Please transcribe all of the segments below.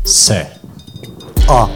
S. A.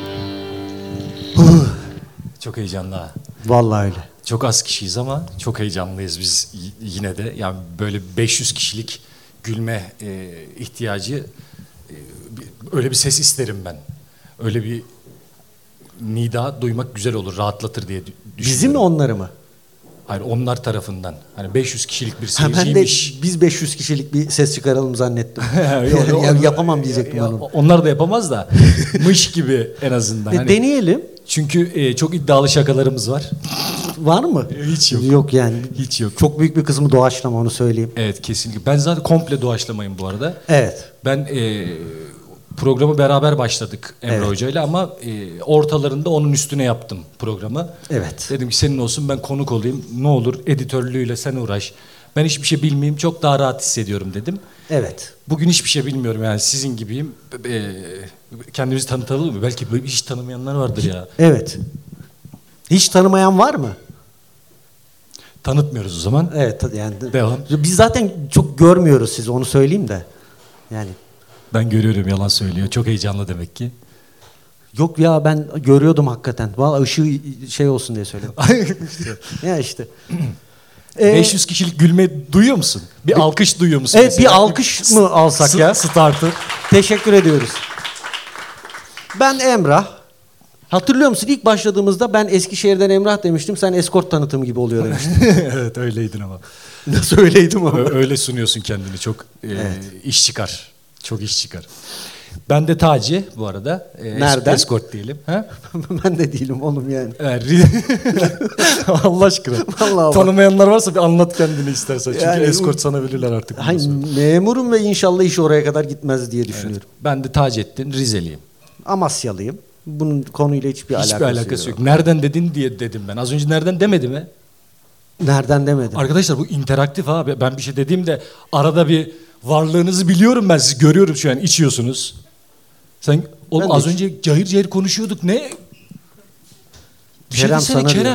Çok heyecanlı ha. Vallahi öyle. Çok az kişiyiz ama çok heyecanlıyız biz yine de. Yani böyle 500 kişilik gülme ihtiyacı, öyle bir ses isterim ben. Öyle bir nida duymak güzel olur, rahatlatır diye düşünüyorum. Bizi mi onları mı? Hayır, onlar tarafından. Hani 500 kişilik bir Ben de seyirciymiş. biz 500 kişilik bir ses çıkaralım zannettim. Yok, Yapamam diyecektim ya, onu. onlar da yapamaz da mış gibi en azından. Hani, Deneyelim. çünkü çok iddialı şakalarımız var. Var mı? Hiç yok. Yok yani. Hiç yok. Çok büyük bir kısmı doğaçlama, onu söyleyeyim. Evet, kesinlikle. Ben zaten komple doğaçlamayım bu arada. Evet. Ben programı beraber başladık Emre Evet. Hoca ile ama ortalarında onun üstüne yaptım programı. Evet. Dedim ki senin olsun, ben konuk olayım. Ne olur editörlüğüyle sen uğraş. Ben hiçbir şey bilmeyeyim, çok daha rahat hissediyorum dedim. Evet. Bugün hiçbir şey bilmiyorum, yani sizin gibiyim. Kendimizi tanıtalım mı? Belki hiç tanımayanlar vardır ya. Evet. Hiç tanımayan var mı? Tanıtmıyoruz o zaman. Evet yani. Devam. Biz zaten çok görmüyoruz sizi, onu söyleyeyim de. Yani. Ben görüyorum, yalan söylüyor. Çok heyecanlı demek ki. Yok ya, ben görüyordum hakikaten. Vallahi ışığı şey olsun diye söyledim. Ya işte. 500 kişilik gülme duyuyor musun? Bir alkış duyuyor musun? Evet, mesela? bir alkış mı alsak ya? Starter. Teşekkür ediyoruz. Ben Emrah. Hatırlıyor musun? İlk başladığımızda ben Eskişehir'den Emrah demiştim. Sen eskort tanıtımı gibi oluyor demiştin. Evet, öyleydin ama. Nasıl öyleydim ama? Öyle sunuyorsun kendini. Çok iş çıkar. Çok iş çıkar. Ben de Taci bu arada. Nereden? Eskort diyelim. Ha? Ben de değilim oğlum yani. Allah aşkına. Vallahi Tanımayanlar varsa bir anlat kendini istersen. Çünkü Yani, eskort sanabilirler artık. bundan sonra. Memurum ve inşallah iş oraya kadar gitmez diye düşünüyorum. Ben de Taceddin, Rizeliyim. Amasyalıyım. Bunun konuyla hiçbir alakası yok. Nereden dedin diye dedim ben. Az önce nereden demedim mi? Nereden demedim. Arkadaşlar bu interaktif abi. Ben bir şey dediğimde arada bir varlığınızı biliyorum ben. Sizi görüyorum şu an, içiyorsunuz. Sen oğlum az önce cayır cayır konuşuyorduk. Ne? Bir Kerem şey desene, sana Kerem. diyor.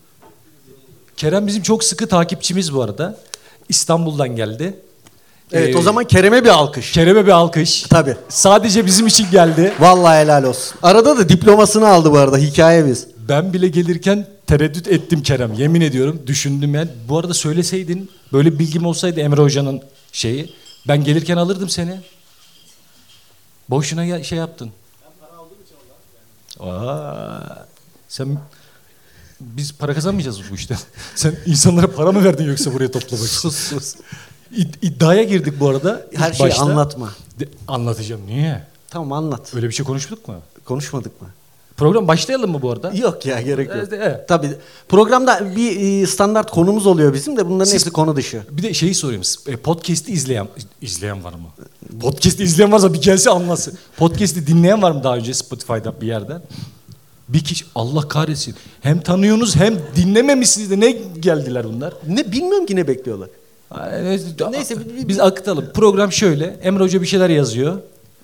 Kerem bizim çok sıkı takipçimiz bu arada. İstanbul'dan geldi. Evet, o zaman Kerem'e bir alkış. Kerem'e bir alkış. Tabii. Sadece bizim için geldi. Vallahi helal olsun. Arada da diplomasını aldı bu arada, hikaye biz. Ben bile gelirken tereddüt ettim Kerem. Yemin ediyorum, düşündüm yani. Bu arada söyleseydin, böyle bir bilgim olsaydı Emre Hoca'nın şeyi, ben gelirken alırdım seni. Boşuna şey yaptın. Ben para aldığım için sen, biz para kazanmayacağız bu işte. Sen insanlara para mı verdin yoksa buraya toplamak için? Sus. İddiaya girdik bu arada. Her şeyi anlatma. Anlatacağım. Niye? Tamam, anlat. Öyle bir şey konuştuk mu? Konuşmadık mı? Program başlayalım mı bu arada? Yok ya, gerek yok. Evet. Tabii. Programda bir standart konumuz oluyor bizim de, bunların hepsi konu dışı. Bir de şeyi sorayım. Podcast'i izleyen var mı? Podcast'i izleyen varsa bir gelse anlasın. Podcast'i dinleyen var mı daha önce Spotify'da bir yerden? Bir kişi, Allah kahretsin. Hem tanıyorsunuz hem dinlememişsiniz de ne geldiler bunlar? Ne bilmiyorum ki, ne bekliyorlar. Neyse biz akıtalım. Program şöyle. Emre Hoca bir şeyler yazıyor.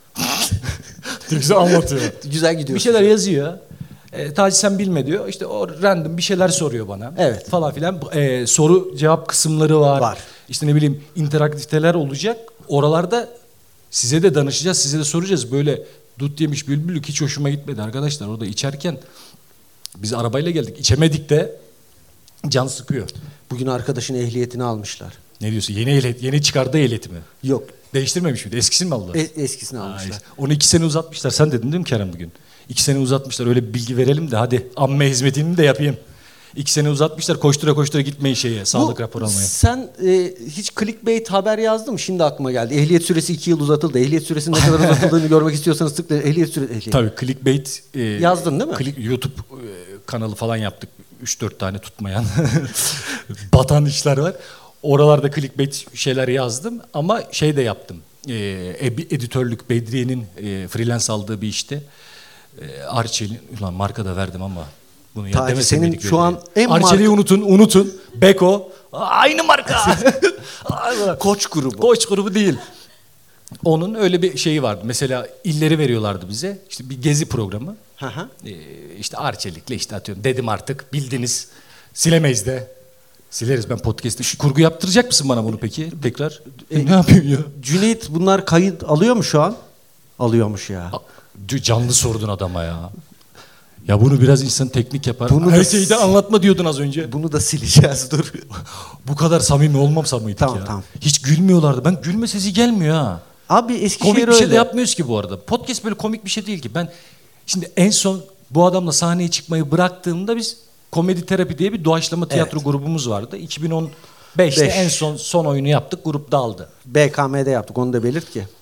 Güzel anlatıyor. Güzel gidiyor. Bir şeyler yazıyor. Taci sen bilme diyor. İşte o random bir şeyler soruyor bana. Evet. Falan filan. Soru cevap kısımları var. Var. İşte ne bileyim, interaktiviteler olacak. Oralarda size de danışacağız, size de soracağız. Böyle dut yemiş bülbüllük hiç hoşuma gitmedi arkadaşlar. Orada içerken biz arabayla geldik. İçemedik de can sıkıyor. Bugün arkadaşın ehliyetini almışlar. Ne diyorsun? Yeni çıkardığı ehliyeti mi? Yok. Değiştirmemiş miydi? Eskisini mi aldı? Eskisini almışlar. Onu 2 sene uzatmışlar. Sen dedin değil mi Kerem bugün? 2 sene uzatmışlar. Öyle bir bilgi verelim de hadi amme hizmetini de yapayım. 2 sene uzatmışlar. Koştura koştura gitmeyin sağlık raporu almaya. Sen hiç clickbait haber yazdın mı? Şimdi aklıma geldi. Ehliyet süresi 2 yıl uzatıldı. Ehliyet süresinin ne kadar uzatıldığını görmek istiyorsanız tıkla ehliyet süresi. Tabii clickbait yazdın değil mi? YouTube kanalı falan yaptık. 3-4 tane tutmayan batan işler var. Oralarda clickbait şeyler yazdım ama şey de yaptım. Editörlük, Bedriye'nin freelance aldığı bir işte. Arçelik'in, ulan marka da verdim ama bunu ya Taci, senin şu an en Arçelik'i unutun. Beko aynı marka. Koç grubu. Koç grubu değil. Onun öyle bir şeyi vardı. Mesela illeri veriyorlardı bize. İşte bir gezi programı. İşte Arçelik'le işte atıyorum. Dedim artık bildiniz. Silemeyiz de. Sileriz, ben podcast'te. Kurgu yaptıracak mısın bana bunu peki tekrar? Ne yapıyorsun ya? Cüneyt bunlar kayıt alıyor mu şu an? alıyormuş ya. Canlı sordun adama ya. Ya bunu biraz insan teknik yapar. Bunu Her da şeyi de anlatma diyordun az önce. Bunu da sileceğiz dur. Bu kadar samimi olmamsa mıydık Tamam, ya? tamam. Hiç gülmüyorlardı. Ben gülme sesi gelmiyor ha. Abi Eskişehir Komik bir öyle. şey de yapmıyoruz ki bu arada. Podcast böyle komik bir şey değil ki. Ben şimdi en son bu adamla sahneye çıkmayı bıraktığımda biz Komedi Terapi diye bir doğaçlama tiyatro grubumuz vardı. 2015'te en son oyunu yaptık. Grup dağıldı. BKM'de yaptık onu da belirt ki.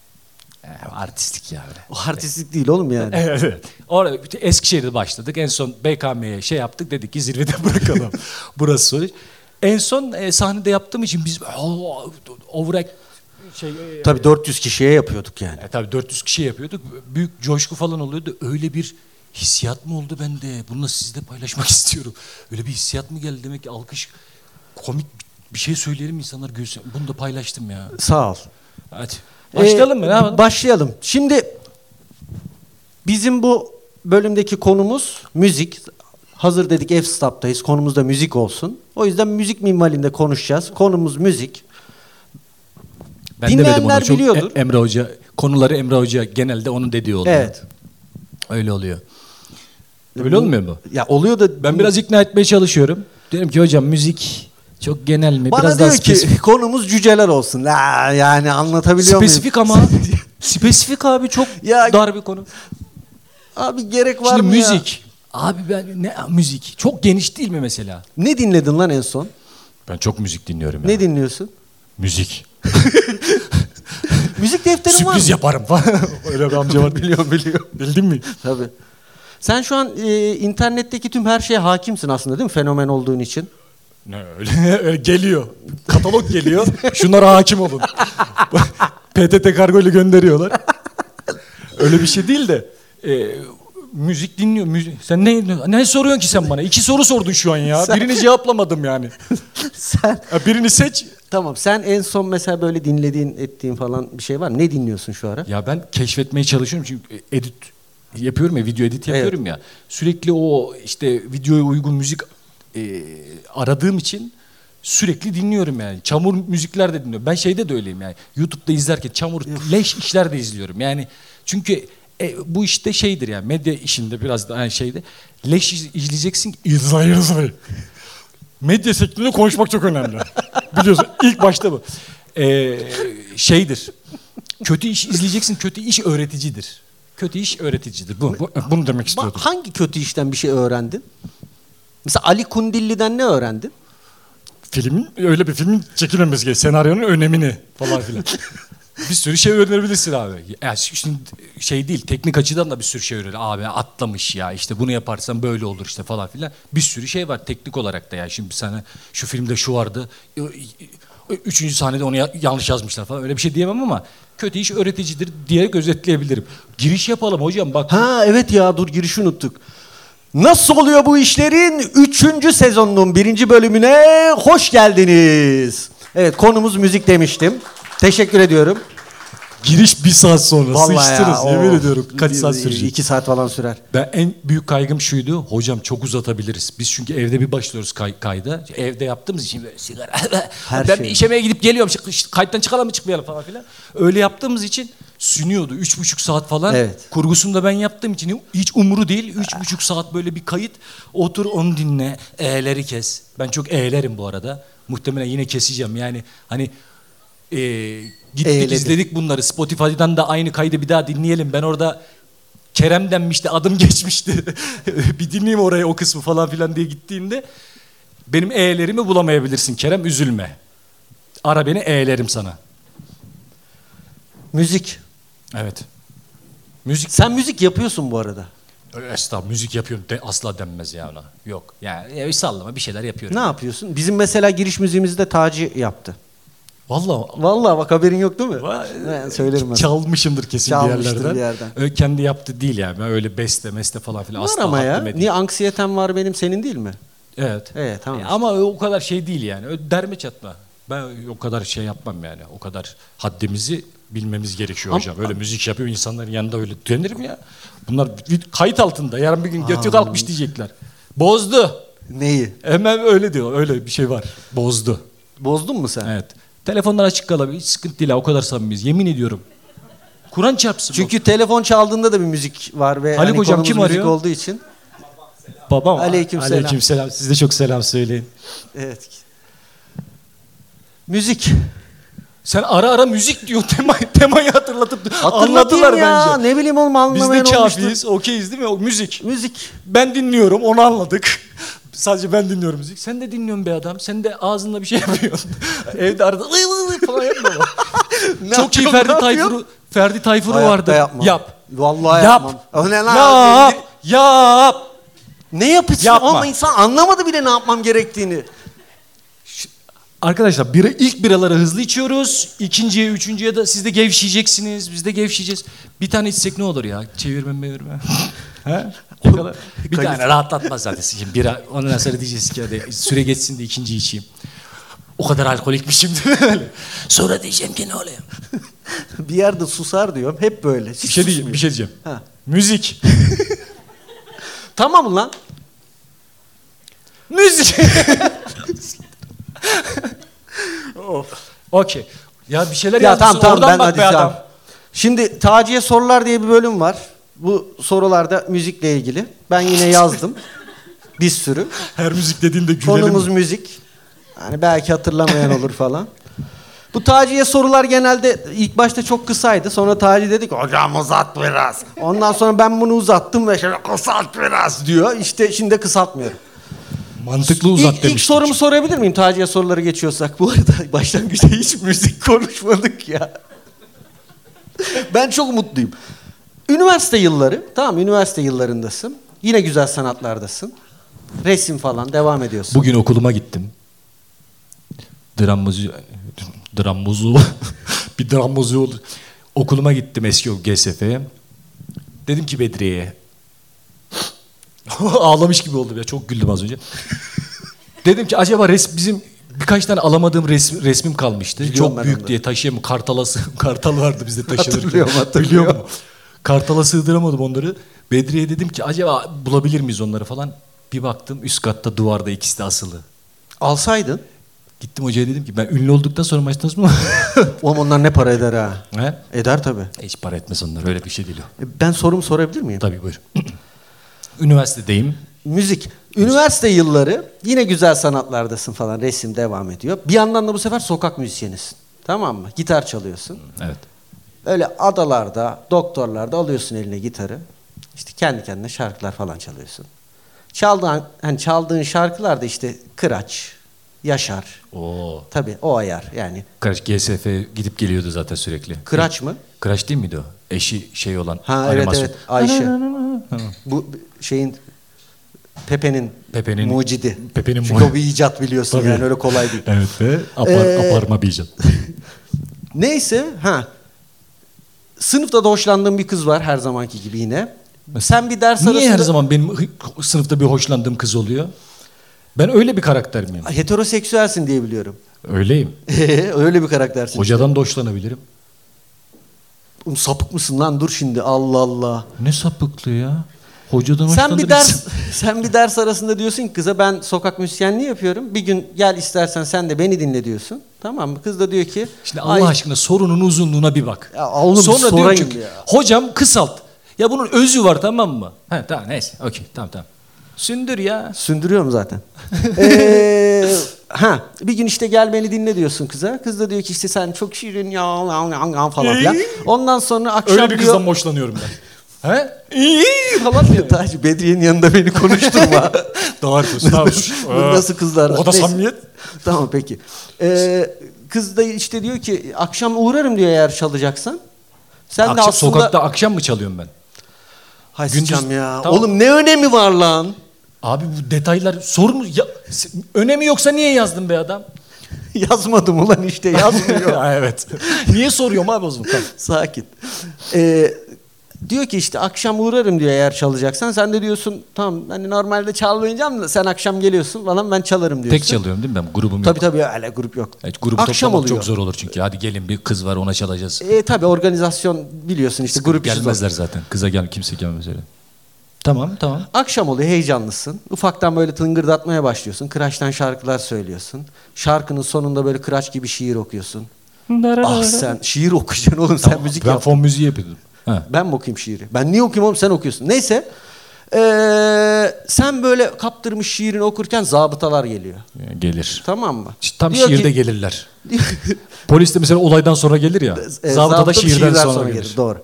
Artistik yani. O artistlik değil oğlum yani. Evet. Orada Eskişehir'de başladık. En son BKM'ye şey yaptık. Dedik ki zirvede bırakalım. Burası sonuç. En son sahnede yaptığım için biz overact Tabii 400 kişiye yapıyorduk yani. tabii 400 kişi yapıyorduk. Büyük coşku falan oluyordu. Öyle bir hissiyat mı oldu bende? Bunu sizle paylaşmak istiyorum. Öyle bir hissiyat mı geldi? Demek ki alkış, komik bir şey söyleyelim insanlar görsün. Bunu da paylaştım ya. Sağ ol. Hadi. Başlayalım mı? Ne yapalım? Başlayalım. Şimdi bizim bu bölümdeki konumuz müzik. Hazır dedik F-Stop'tayız. Konumuz da müzik olsun. O yüzden müzik minvalinde konuşacağız. Konumuz müzik. Ben Dinleyenler demedim onu çok. biliyordur. Emre Hoca, konuları Emre Hoca genelde onun dediği oluyor. Evet. Öyle oluyor. Öyle olmuyor mu? Ya oluyor da Ben biraz ikna etmeye çalışıyorum. Diyorum ki hocam müzik çok genel mi? bana Biraz diyor daha ki spesifik. konumuz cüceler olsun. Yani anlatabiliyor muyum? Spesifik ama. Spesifik abi çok Ya- dar bir konu. Abi gerek var Şimdi mı ya? müzik. Abi ben ne müzik? Çok geniş değil mi mesela? Ne dinledin lan en son? Ben çok müzik dinliyorum ya. Ne dinliyorsun? Müzik. Müzik defterin var mı? Sürpriz yaparım falan. Öyle bir amca var. Biliyorum. Bildin mi? Tabii. Sen şu an internetteki tüm her şeye hakimsin aslında değil mi? Fenomen olduğun için. Ne öyle, öyle geliyor. Katalog geliyor. Şunlara hakim olun. PTT kargo ile gönderiyorlar. Öyle bir şey değil de müzik dinliyor. Sen ne soruyorsun ki sen bana? 2 soru sordun şu an ya. Birini cevaplamadım yani. Sen Birini seç. tamam. Sen en son mesela böyle dinlediğin, ettiğin falan bir şey var mı? Ne dinliyorsun şu ara? Ya ben keşfetmeye çalışıyorum çünkü edit yapıyorum ya, video edit yapıyorum ya. Sürekli o işte videoya uygun müzik aradığım için sürekli dinliyorum yani. Çamur müzikler de dinliyorum. Ben şeyde de öyleyim yani. YouTube'da izlerken çamur, leş işler de izliyorum. Yani çünkü bu işte şeydir yani, medya işinde biraz da aynı şeyde. Leş izleyeceksin ki izle. Medya sektöründe konuşmak çok önemli. Biliyorsun ilk başta bu. Şeydir. Kötü iş izleyeceksin. Kötü iş öğreticidir. Kötü iş öğreticidir. Bunu demek istiyordum. Hangi kötü işten bir şey öğrendin? Mesela Ali Kundilli'den ne öğrendin? Öyle bir filmin çekilmemesi gerekiyor. Senaryonun önemini falan filan. Bir sürü şey öğrenebilirsin abi. Yani şimdi şey değil, teknik açıdan da bir sürü şey öğren. Abi atlamış ya, işte bunu yaparsan böyle olur işte falan filan. Bir sürü şey var teknik olarak da ya. Şimdi sana şu filmde şu vardı. 3. sahnede onu yanlış yazmışlar falan. Öyle bir şey diyemem ama kötü iş öğreticidir diye özetleyebilirim. Giriş yapalım hocam bak. Ha evet ya, dur girişi unuttuk. Nasıl oluyor bu işlerin 3. sezonunun 1. bölümüne hoş geldiniz. Evet, konumuz müzik demiştim. Teşekkür ediyorum. Giriş 1 saat sonra Vallahi sıçtırız ya, yemin ediyorum. Kaç saat sürecek? 2 saat falan sürer. Ben en büyük kaygım şuydu. Hocam çok uzatabiliriz. Biz çünkü evde bir başlıyoruz kayda. Evde yaptığımız için böyle sigara. Her Ben şey. bir işemeye gidip geliyorum. Kayıttan çıkalım mı çıkmayalım falan filan. Öyle yaptığımız için sünüyordu. 3,5 saat falan. Evet. Kurgusunu da ben yaptığım için hiç umuru değil. 3,5 saat böyle bir kayıt. Otur onu dinle. E'leri kes. Ben çok E'lerim bu arada. Muhtemelen yine keseceğim. Yani hani gittik izledik bunları. Spotify'dan da aynı kaydı bir daha dinleyelim. Ben orada Kerem denmişti, adım geçmişti. Bir dinleyeyim orayı, o kısmı falan filan diye gittiğimde benim E'lerimi bulamayabilirsin Kerem, üzülme. Ara beni, E'lerim sana. Müzik. Evet. Müzik. Sen müzik yapıyorsun bu arada. Estağfurullah, müzik yapıyorum asla denmez ya ona. Yok. Yani sallama bir şeyler yapıyorum. Ne yapıyorsun? Bizim mesela giriş müziğimizi de Taci yaptı. Vallahi. Vallahi bak, haberin yok değil mi? Ben söylerim ben. Çalmışımdır kesin Çalmıştır bir yerlerden. bir yerden. Kendi yaptı değil yani. Ben öyle beste falan filan Var asla ama ya. haddime değil. Niye anksiyetem var benim, senin değil mi? Evet. Evet, tamam. Ama o kadar şey değil yani. Derme çatma. Ben o kadar şey yapmam yani. O kadar haddimizi bilmemiz gerekiyor hocam. Öyle müzik yapıyor insanların yanında öyle denir mi ya? Bunlar kayıt altında. Yarın bir gün götü kalkmış diyecekler. Bozdu. Neyi? Hemen öyle diyor. Öyle bir şey var. Bozdu. Bozdun mu sen? Evet. Telefonlar açık kalabilir. Hiç sıkıntı değil. O kadar samimiyiz. Yemin ediyorum. Kur'an çarpsın. Çünkü telefon çaldığında da bir müzik var ve Haluk hocam konumuz kim müzik arıyor? olduğu için. Babam. Aleykümselam. Aleykümselam. Siz de çok selam söyleyin. Evet. Müzik. Sen ara ara müzik diyor temayı hatırlatıp Hatırlatayım anladılar ya. bence. Ne bileyim oğlum, Biz de anlamayan olmuştur. kafiyiz, okeyiz değil mi? O müzik. Müzik. Ben dinliyorum, onu anladık. Sadece ben dinliyorum müzik. Sen de dinliyorsun be adam. Sen de ağzında bir şey yapıyorsun. Evde arada falan yapma. Çok iyi Ferdi Tayfur'u Hayatta vardı. yapmam. Yap. Vallahi Yap. yapmam. O ne lan? Yap. Yap. Ne yapıyorsun? Yapma. Ama insan anlamadı bile ne yapmam gerektiğini. Arkadaşlar ilk biraları hızlı içiyoruz. İkinciye, üçüncüye de siz de gevşeyeceksiniz. Biz de gevşeyeceğiz. Bir tane içsek ne olur ya? Çevirme. Ha? O kadar. Bir tane rahatlatmaz zaten. Şimdi bira, ondan sonra diyeceğiz ki hadi süre geçsin de ikinciyi içeyim. O kadar alkolikmişim değil mi? Sonra diyeceğim ki ne oluyor? Bir yerde susar diyorum. Hep böyle. Hiç Bir şey susmuyor. diyeceğim. Ha. Müzik. Tamam lan. Müzik. Of. Okey. Ya bir şeyler Ya yazmışsın. tamam Oradan ben bak hadi be adam. tamam. Şimdi Taci'ye sorular diye bir bölüm var. Bu sorularda müzikle ilgili. Ben yine yazdım. Bir sürü. Her müzik dediğinde gülelim. Konumuz müzik. Yani belki hatırlamayan olur falan. Bu Taci'ye sorular genelde ilk başta çok kısaydı. Sonra Taci dedi ki hocam uzat biraz. Ondan sonra ben bunu uzattım ve şöyle kısalt biraz diyor. İşte şimdi de kısaltmıyorum. Mantıklı uzat İlk demiştim. sorumu sorabilir miyim Taci'ye soruları geçiyorsak? Bu arada başlangıçta hiç müzik konuşmadık ya. Ben çok mutluyum. Üniversite yılları, tamam üniversite yıllarındasın. Yine güzel sanatlardasın. Resim falan devam ediyorsun. Bugün okuluma gittim. Drammuzu bir drammuzu oldu. Okuluma gittim eski o GSF'ye. Dedim ki Bedriye'ye. Ağlamış gibi oldum ya. Çok güldüm az önce. Dedim ki acaba bizim birkaç tane alamadığım resmim kalmıştı. Biliyorum ben Çok büyük onları. diye taşıyamam. Kartal vardı bizde taşınırken. Hatırlıyorum. Biliyor musun? Kartala sığdıramadım onları. Bedriye'ye dedim ki acaba bulabilir miyiz onları falan. Bir baktım üst katta duvarda ikisi de asılı. Alsaydın. Gittim hocaya dedim ki ben ünlü olduktan sonra maçtan sonra Oğlum onlar ne para eder ha? He? Eder tabii. Hiç para etmez onlar öyle bir şey değil o. Ben sorumu sorabilir miyim? Tabii buyur. Üniversitedeyim. Müzik. Üniversite yılları yine güzel sanatlardasın falan. Resim devam ediyor. Bir yandan da bu sefer sokak müzisyenisin. Tamam mı? Gitar çalıyorsun. Evet. Öyle adalarda, doktorlarda alıyorsun eline gitarı. İşte kendi kendine şarkılar falan çalıyorsun. Çaldığın şarkılar da işte Kıraç, Yaşar. Oo. Tabii o ayar yani. Kıraç GSF gidip geliyordu zaten sürekli. Kıraç mı? Kıraç değil miydi o? Eşi şey olan Ha animasyon. evet Ayşe. Bu şeyin Pepe'nin mucidi. Pepe'nin Çünkü o bir icat biliyorsun Tabii. yani öyle kolay değil. Evet ve aparma bir icat. Neyse sınıfta da hoşlandığım bir kız var her zamanki gibi yine. Sen bir ders Niye arasında... her zaman benim sınıfta bir hoşlandığım kız oluyor? Ben öyle bir karakter miyim? Heteroseksüelsin diye biliyorum. Öyleyim. Öyle bir karaktersin. Hocadan da hoşlanabilirim. Oğlum sapık mısın lan dur şimdi Allah Allah. Ne sapıklığı ya? Hocadan Sen hoşlanır bir ders insan. sen bir ders arasında diyorsun ki kıza ben sokak müzisyenliği yapıyorum. Bir gün gel istersen sen de beni dinle diyorsun. Tamam mı? Kız da diyor ki Şimdi Allah aşkına sorunun uzunluğuna bir bak. Ya oğlum Sonra diyor sorayım ki ya. hocam kısalt. Ya bunun özü var tamam mı? He tamam neyse okey tamam. Sündür ya. Sündürüyorum zaten. Bir gün işte gel beni dinle diyorsun kıza. Kız da diyor ki işte sen çok şirin ya falan filan. Ondan sonra akşam Öyle bir diyor. kızdan hoşlanıyorum ben. He? İyi falan diyor. Taci Bedriye'nin yanında beni konuşturma. Doğru tamam. Bu nasıl kızlar? O da Neyse. samimiyet. Tamam peki. Kız da işte diyor ki akşam uğrarım diyor eğer çalacaksan. Sen de Akşam, aslında... sokakta akşam mı çalıyorum ben? Hay gündüz- sıçam ya. Tamam. Oğlum ne önemi var lan? Abi bu detaylar sorun ya, önemi yoksa niye yazdın be adam? Yazmadım ulan işte yazmıyor. Ha, evet. Niye soruyorum abi o zaman? Tamam. Sakin. Diyor ki işte akşam uğrarım diyor eğer çalacaksan. Sen de diyorsun tamam hani normalde çalmayacağım da sen akşam geliyorsun falan ben çalarım diyorsun. Tek çalıyorum değil mi ben? Grubum Tabii yok. tabii öyle grup yok. Evet, grubu Akşam toplamak oluyor. çok zor olur çünkü. Hadi gelin bir kız var ona çalacağız. Tabii organizasyon biliyorsun işte grup işi zor. Gelmezler zaten. Kıza kimse gelmez öyle. Tamam. Akşam oluyor heyecanlısın. Ufaktan böyle tıngırdatmaya başlıyorsun. Kıraç'tan şarkılar söylüyorsun. Şarkının sonunda böyle Kıraç gibi şiir okuyorsun. Ah sen şiir okuyacaksın oğlum, sen müzik Ben yap. fon müziği yapıyordum. Ha. Ben mi okuyayım şiiri? Ben niye okuyayım oğlum, sen okuyorsun. Neyse. Sen böyle kaptırmış şiirini okurken zabıtalar geliyor. Gelir. Tamam mı? Tam Diyor şiirde ki- gelirler. Polis de mesela olaydan sonra gelir ya. Zabıta da şiirden sonra gelir. Doğru.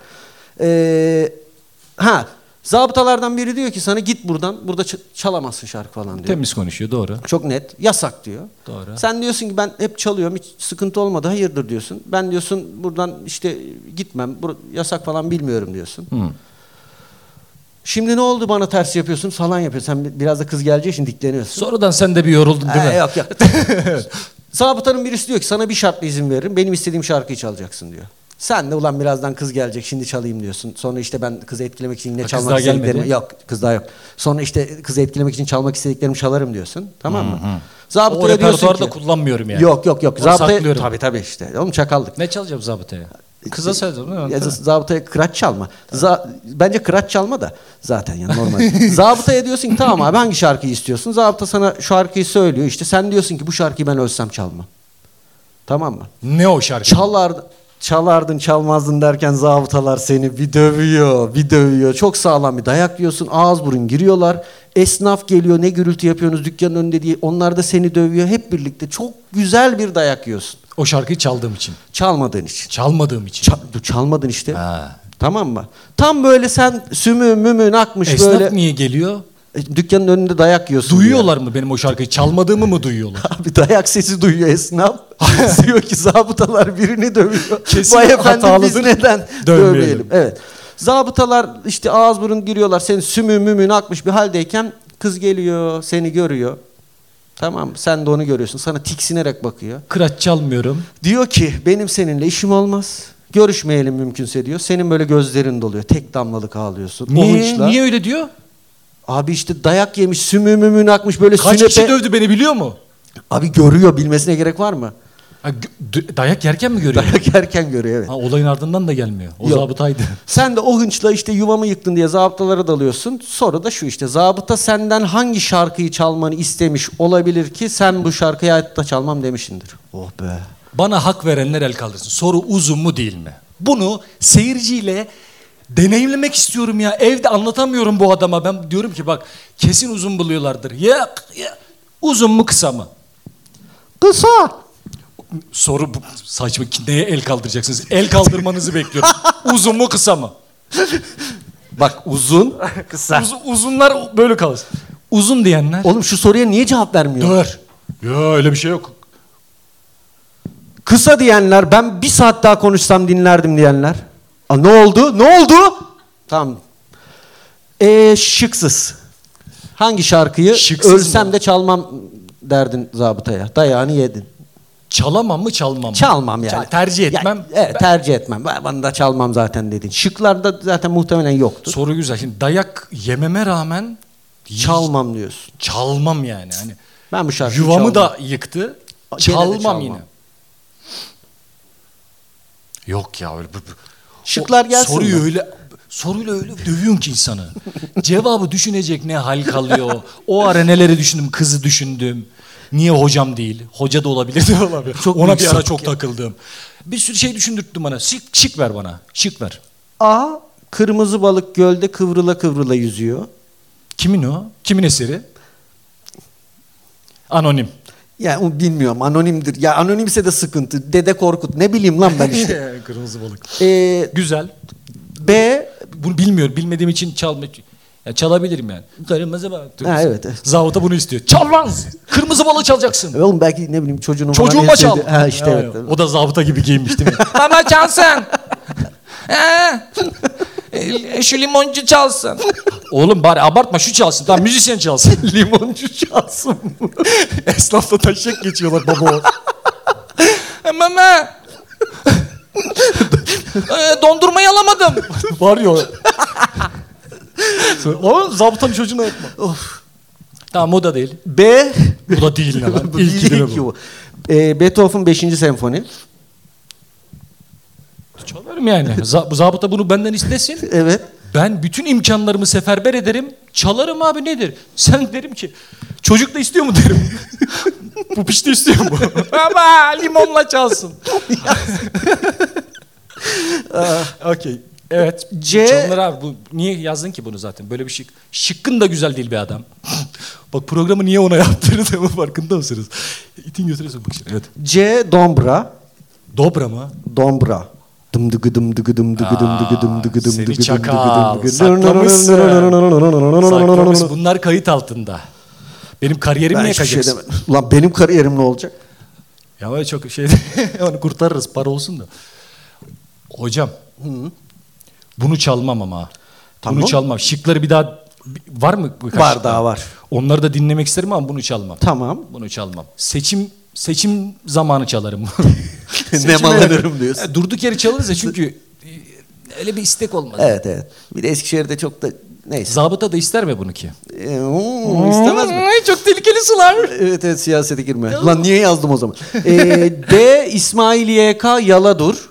Zabıtalardan biri diyor ki sana git buradan. Burada çalamazsın şarkı falan diyor. Temiz konuşuyor, doğru. Çok net. Yasak diyor. Doğru. Sen diyorsun ki ben hep çalıyorum, hiç sıkıntı olmadı. Hayırdır diyorsun. Ben diyorsun buradan işte gitmem. Yasak falan bilmiyorum diyorsun. Şimdi ne oldu, bana ters yapıyorsun falan yapıyorsun. Sen biraz da kız geleceği için dikleniyorsun. Sonradan sen de bir yoruldun değil mi? Yok. Zabıtanın birisi diyor ki sana bir şartla izin veririm. Benim istediğim şarkıyı çalacaksın diyor. Sen de ulan birazdan kız gelecek, şimdi çalayım diyorsun. Sonra işte ben kızı etkilemek için yine çalmak istediklerimi... Yok, kız daha yok. Sonra işte kızı etkilemek için çalmak istediklerimi çalarım diyorsun. Tamam mı? O repertuarı da kullanmıyorum yani. Yok. Onu Zabıtaya... saklıyorum. Tabii işte. Oğlum çakallık. Ne çalacağım zabıtaya? Kıza söyleyeceğim değil mi? Ya, zabıtaya kıraç çalma. Bence kıraç çalma da zaten yani normal. Zabıtaya diyorsun ki tamam abi hangi şarkıyı istiyorsun? Zabıta sana şarkıyı söylüyor. İşte sen diyorsun ki bu şarkıyı ben ölsem çalmam. Tamam mı? Ne o şarkı? Çalardın çalmazdın derken zabıtalar seni bir dövüyor. Çok sağlam bir dayak yiyorsun. Ağız burun giriyorlar. Esnaf geliyor, ne gürültü yapıyorsunuz dükkanın önünde diye. Onlar da seni dövüyor. Hep birlikte çok güzel bir dayak yiyorsun. O şarkıyı çaldığım için. Çalmadığın için. Çalmadığım için. Çalmadın işte. Ha. Tamam mı? Tam böyle sen sümüğün akmış Esnaf böyle. niye geliyor? Dükkanın önünde dayak yiyorsun. Duyuyorlar mı benim o şarkıyı çalmadığımı mı duyuyorlar? Abi dayak sesi duyuyor esnaf. Diyor ki zabıtalar birini dövüyor. Kesin Vay efendim biz hatalıdır. neden Dövmeyelim. dövmeyelim? Evet. Zabıtalar işte ağız burun giriyorlar. Senin sümüğün akmış bir haldeyken kız geliyor, seni görüyor. Tamam mı? Sen de onu görüyorsun. Sana tiksinerek bakıyor. Kıraç çalmıyorum. Diyor ki benim seninle işim olmaz. Görüşmeyelim mümkünse diyor. Senin böyle gözlerin doluyor. Tek damlalık ağlıyorsun. Niye öyle diyor? Abi işte dayak yemiş, sümüğün akmış böyle Kaç sünepe. kişi dövdü beni biliyor mu? Abi görüyor, bilmesine gerek var mı? Ha, dayak yerken mi görüyor? Dayak yerken görüyor evet. Ha, olayın ardından da gelmiyor. O Yok. zabıtaydı. Sen de o hınçla işte yuvamı yıktın diye zabıtalara dalıyorsun. Sonra da şu işte zabıta senden hangi şarkıyı çalmanı istemiş olabilir ki sen bu şarkıyı hayatta çalmam demişsindir. Oh be. Bana hak verenler el kaldırsın. Soru uzun mu değil mi? Bunu seyirciyle deneyimlemek istiyorum ya. Evde anlatamıyorum bu adama. Ben diyorum ki bak kesin uzun buluyorlardır. Ya uzun mu kısa mı? Kısa. Soru bu saçma. Neye el kaldıracaksınız? El kaldırmanızı bekliyorum. Uzun mu kısa mı? Bak uzun, kısa. Uzunlar böyle kalır. Uzun diyenler. Oğlum şu soruya niye cevap vermiyor? Dur. Ya öyle bir şey yok. Kısa diyenler, ben bir saat daha konuşsam dinlerdim diyenler. Aa, ne oldu? Ne oldu? Tamam. Şıksız. Hangi şarkıyı Şıksız ölsem mı? de çalmam derdin zabıtaya. Dayağını yedin. Çalamam mı çalmam mı? Çalmam yani. Tercih etmem. Ya, evet tercih etmem. Ben da çalmam zaten dedin. Şıklarda zaten muhtemelen yoktu. Soru güzel. Şimdi dayak yememe rağmen Çalmam diyorsun. çalmam yani. Hani Ben bu şarkıyı yuvamı çalmam. da yıktı. Gene de Çalmam çalmam. yine. Yok ya öyle. Şıklar gelsin Soruyla mi? öyle dövüyorsun ki insanı. Cevabı düşünecek ne hal kalıyor. O ara neleri düşündüm, kızı düşündüm. Niye hocam değil? Hoca da olabilir de olabilir. Çok Ona büyük bir ara sapık çok ya. takıldım. Bir sürü şey düşündürttün bana. Şık ver bana. Şık ver. A. Kırmızı balık gölde kıvrıla kıvrıla yüzüyor. Kimin o? Kimin eseri? Anonim. Ya onu bilmiyorum, anonimdir. Ya anonimse de sıkıntı. Dede Korkut ne bileyim lan ben işte. Kırmızı balık. Ee, Güzel. B. Bunu bilmiyorum. Bilmediğim için ya çalabilirim yani. Kırmızı balık. Ha, evet. Zabıta bunu istiyor. Çal lan! Kırmızı balığı çalacaksın. Oğlum belki ne bileyim çocuğun Çocuğuma çal. Ha işte Ya, evet. o da zabıta gibi giyinmiş değil mi? Baba çalsın. Şu limoncu çalsın. Oğlum bari abartma şu çalsın. Tamam müzisyen çalsın. Limoncu çalsın mı? Esnafla taşak geçiyorlar baba. Mama. Dondurmayı alamadım. Var ya. Oğlum zabıtanın çocuğuna yapma. Of. Tamam o da değil. B. Bu da değil ne lan. Bu İlki değil de ki bu. bu. Beethoven 5. senfoni. Çalarım yani. Bu zabıta bunu benden istesin. Evet. Ben bütün imkanlarımı seferber ederim. Çalarım abi, nedir? Sen derim ki çocuk da istiyor mu derim. Bu piş de istiyor mu? Ama limonla çalsın. Okey. Evet. C- Çalınır abi. Bu, niye yazdın ki bunu zaten? Böyle bir şık. Şıkkın da güzel değil be adam. Bak programı niye ona yaptırdığımı farkında mısınız? İtin götürüyorsun bak şimdi. Evet. C. Dombra. Dobra mı? Dombra. Dım dıgı dım dıgı dım dıgı dım dıgı dım dıgı dım Seni dıgı dım çakal. dıgı dım Saklamışsın. dıgı. Saklamışsın. Bunlar kayıt altında. Benim kariyerim Ben niye hiçbir şey kaçacaksın? demedim. Ulan benim kariyerim ne olacak? Ya böyle çok şey onu kurtarırız, para olsun da. Hocam. Bunu çalmam ama. Tamam. Bunu çalmam. Şıkları bir daha var mı? Birkaç Var, şık daha var. Onları da dinlemek isterim ama bunu çalmam. Tamam. Bunu çalmam. Seçim zamanı çalarım. Ne mal ederim diyorsun. Durduk yere çalarız ya çünkü öyle bir istek olmaz. Evet evet. Bir de Eskişehir'de çok da neyse. Zabıta da ister mi bunu ki? İstemez mi? Çok tehlikeli sular. Evet evet, siyasete girme. Lan niye yazdım o zaman? D. İsmail YK Yaladur.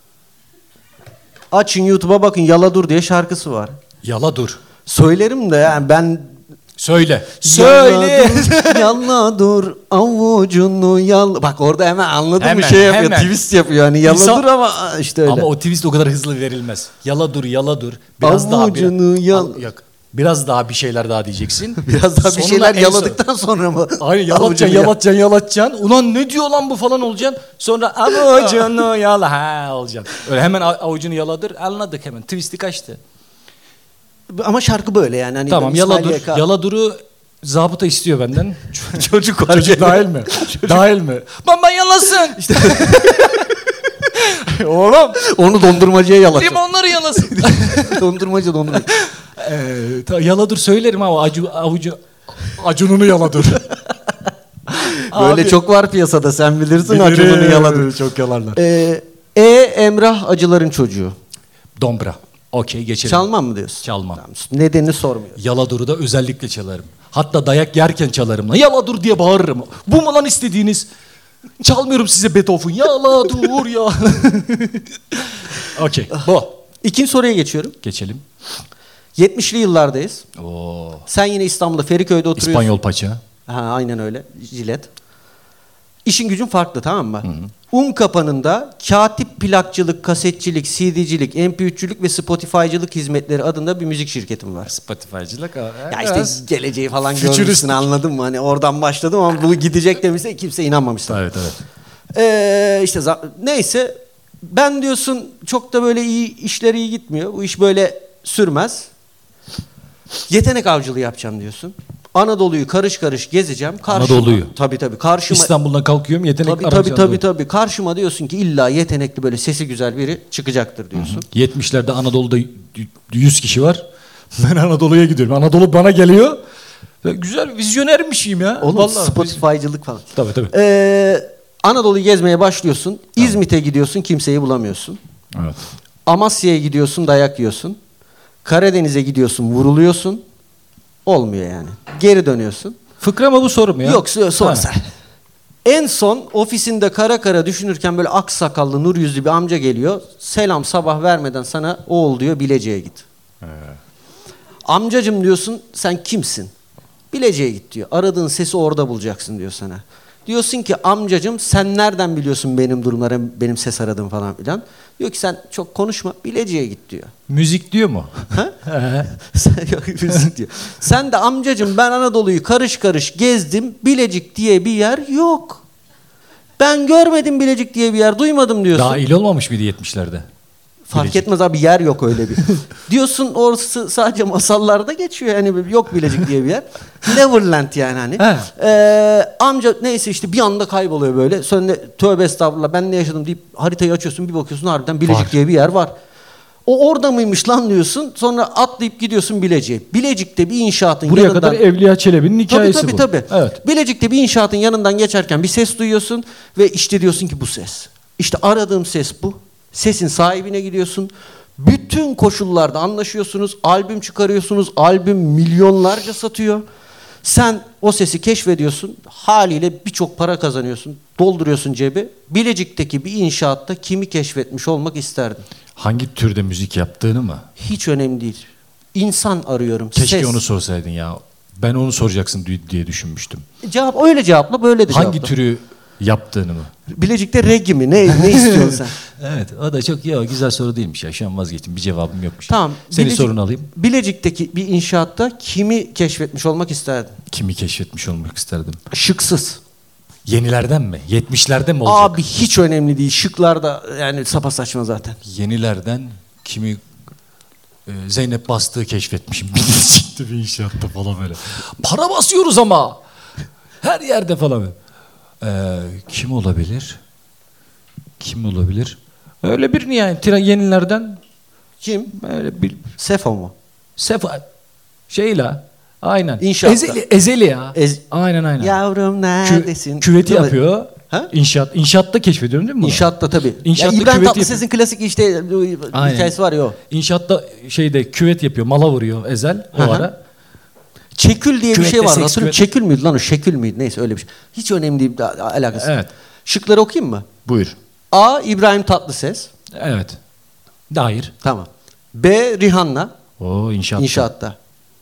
Açın YouTube'a bakın, Yaladur diye şarkısı var. Yala dur. Söylerim de yani ben... Söyle. Yaladur, Yaladur avucunu yal... Bak orada hemen anladın mı, Hemen, şey yapıyor, hemen. twist yapıyor. Hani Yaladur İnsan- ama işte öyle. Ama o twist o kadar hızlı verilmez. Yala dur, yala dur. Biraz Avucunu yal- Yok. Biraz daha bir şeyler daha diyeceksin. Biraz daha bir Sonuna şeyler en yaladıktan sonra mı? Aynen, Avucunu yalatacaksın. Ulan ne diyor lan bu falan olacaksın. Sonra avucunu yala ha olacaksın. Öyle hemen avucunu yaladır. Anladık hemen. Twist'i kaçtı. Ama şarkı böyle yani. Hani Tamam, İsmail yala dur. YK Yala duru zabıta istiyor benden. Çocuk var. Çocuk dahil mi? Dahil mi? Baba yalasın. İşte Oğlum. Onu dondurmacıya yalatacak. limonları yalasın. Dondurmacı. Yala dur söylerim ama acununu yala dur. Böyle Abi. çok var piyasada, sen bilirsin, Acun'unu yaladı. Çok yalarlar. Emrah Acıların Çocuğu. Dombra. Okey, geçelim. Çalmam mı diyorsun? Çalmam. Tamam, nedenini sormuyor. Yaladur'u da özellikle çalarım. Hatta dayak yerken çalarım lan. Yaladur diye bağırırım. Bu mu lan istediğiniz? Çalmıyorum size Beethoven. Yaladur ya. Okey, bu. İkinci soruya geçiyorum. Geçelim. 70'li yıllardayız. Oo. Sen yine İstanbul'da Feriköy'de oturuyorsun. İspanyol paça. Ha, aynen öyle. Jilet. İşin gücün farklı, tamam mı? Un kapanında katip plakçılık, kasetçilik, CD'cilik, MP3'cülük ve Spotify'cılık hizmetleri adında bir müzik şirketim var. Spotify'cılık. Ya işte geleceği falan Futuristik. görmüşsün, anladın mı? Hani oradan başladım ama bu gidecek demişse kimse inanmamış sana. Evet evet. İşte neyse, ben diyorsun çok da böyle iyi işler iyi gitmiyor. Bu iş böyle sürmez. Yetenek avcılığı yapacağım diyorsun. Anadolu'yu karış karış gezeceğim. Anadolu'yu? Tabii tabii. Karşıma, İstanbul'dan kalkıyorum, yetenek tabii arayacağım. tabii. Karşıma diyorsun ki illa yetenekli, böyle sesi güzel biri çıkacaktır diyorsun. 70'lerde Anadolu'da 100 kişi var. Ben Anadolu'ya gidiyorum. Anadolu bana geliyor. Güzel, vizyonermişim ya. Oğlum Vallahi. Spotify'cılık falan. Tabii. Anadolu'yu gezmeye başlıyorsun. İzmit'e gidiyorsun, kimseyi bulamıyorsun. Evet. Amasya'ya gidiyorsun, dayak yiyorsun. Karadeniz'e gidiyorsun, vuruluyorsun. Olmuyor yani. Geri dönüyorsun. Fıkra mı bu, soru mu ya? Yok, sor Ha. sen. En son ofisinde kara kara düşünürken böyle ak sakallı, nur yüzlü bir amca geliyor. Selam sabah vermeden sana oğul diyor, Bilecik'e git. Amcacım diyorsun, sen kimsin? Bilecik'e git diyor. Aradığın sesi orada bulacaksın diyor sana. Diyorsun ki amcacım sen nereden biliyorsun benim durumlarım, benim ses aradığım falan filan. Diyor ki sen çok konuşma, Bilecik'e git diyor. Müzik diyor mu? Ha? Yok, müzik diyor. Sen de amcacım ben Anadolu'yu karış karış gezdim, Bilecik diye bir yer yok. Ben görmedim Bilecik diye bir yer, duymadım diyorsun. Daha iyi olmamış mıydı 70'lerde? Fark Bilecik. etmez abi, yer yok öyle bir. Diyorsun orası sadece masallarda geçiyor yani, yok Bilecik diye bir yer. Neverland yani hani. Amca neyse işte bir anda kayboluyor böyle. Sonra tövbe estağfurullah ben ne yaşadım deyip haritayı açıyorsun, bir bakıyorsun harbiden Bilecik Var. diye bir yer var. O orada mıymış lan diyorsun. Sonra atlayıp gidiyorsun Bilecik'e. Bilecik'te bir inşaatın Buraya yanından... kadar Evliya Çelebi'nin hikayesi bu. Tabii. Evet. Bilecik'te bir inşaatın yanından geçerken bir ses duyuyorsun ve işte diyorsun ki bu ses. İşte aradığım ses bu. Sesin sahibine gidiyorsun. Bütün koşullarda anlaşıyorsunuz. Albüm çıkarıyorsunuz. Albüm milyonlarca satıyor. Sen o sesi keşfediyorsun. Haliyle birçok para kazanıyorsun. Dolduruyorsun cebi. Bilecik'teki bir inşaatta kimi keşfetmiş olmak isterdin? Hangi türde müzik yaptığını mı? Hiç önemli değil. insan arıyorum. Keşke Ses. onu sorsaydın ya. Ben onu soracaksın diye düşünmüştüm. Cevap öyle cevapla, böyle de Hangi cevapla. türü yaptığını mı? Bilecik'te reggae mi? Ne istiyorsun sen? Evet, o da çok güzel soru değilmiş ya. Şu an vazgeçtim. Bir cevabım yokmuş. Tamam. Senin sorunu alayım. Bilecik'teki bir inşaatta kimi keşfetmiş olmak isterdin? Kimi keşfetmiş olmak isterdim? Şıksız. Yenilerden mi? 70'lerden mi olacak? Abi hiç önemli değil. Şıklarda yani saçma zaten. Yenilerden kimi Zeynep Bastık'ı keşfetmişim. Bilecik'te bir inşaatta falan böyle. Para basıyoruz ama. Her yerde falan. Kim olabilir? Kim olabilir? Öyle birini yani. Yenilerden Kim? öyle bir Sefo mu? Sefa şeyla. Aynen. İnşaatta. Ezeli ya. Ez- Aynen. Yavrum neredesin? Küveti Değil mi? yapıyor. Ha? İnşaatta keşfediyorum değil mi bunu? İnşaatta tabii. İnşaatta Ya İbrahim küveti Tatlıses'in klasik işte Aynen. hikayesi var ya o. İnşaatta küvet yapıyor. Mala vuruyor Ezel o Hı hı. ara. Çekül diye bir Küvette şey var. seks Hatırlıyorum. küvet. Çekül müydü lan o? Şekül müydü? Neyse öyle bir şey. Hiç önemli değil. Alakası. Evet. Şıkları okuyayım mı? Buyur. A. İbrahim Tatlıses. Evet. Hayır. Tamam. B. Rihanna. O inşaatta. İnşaatta.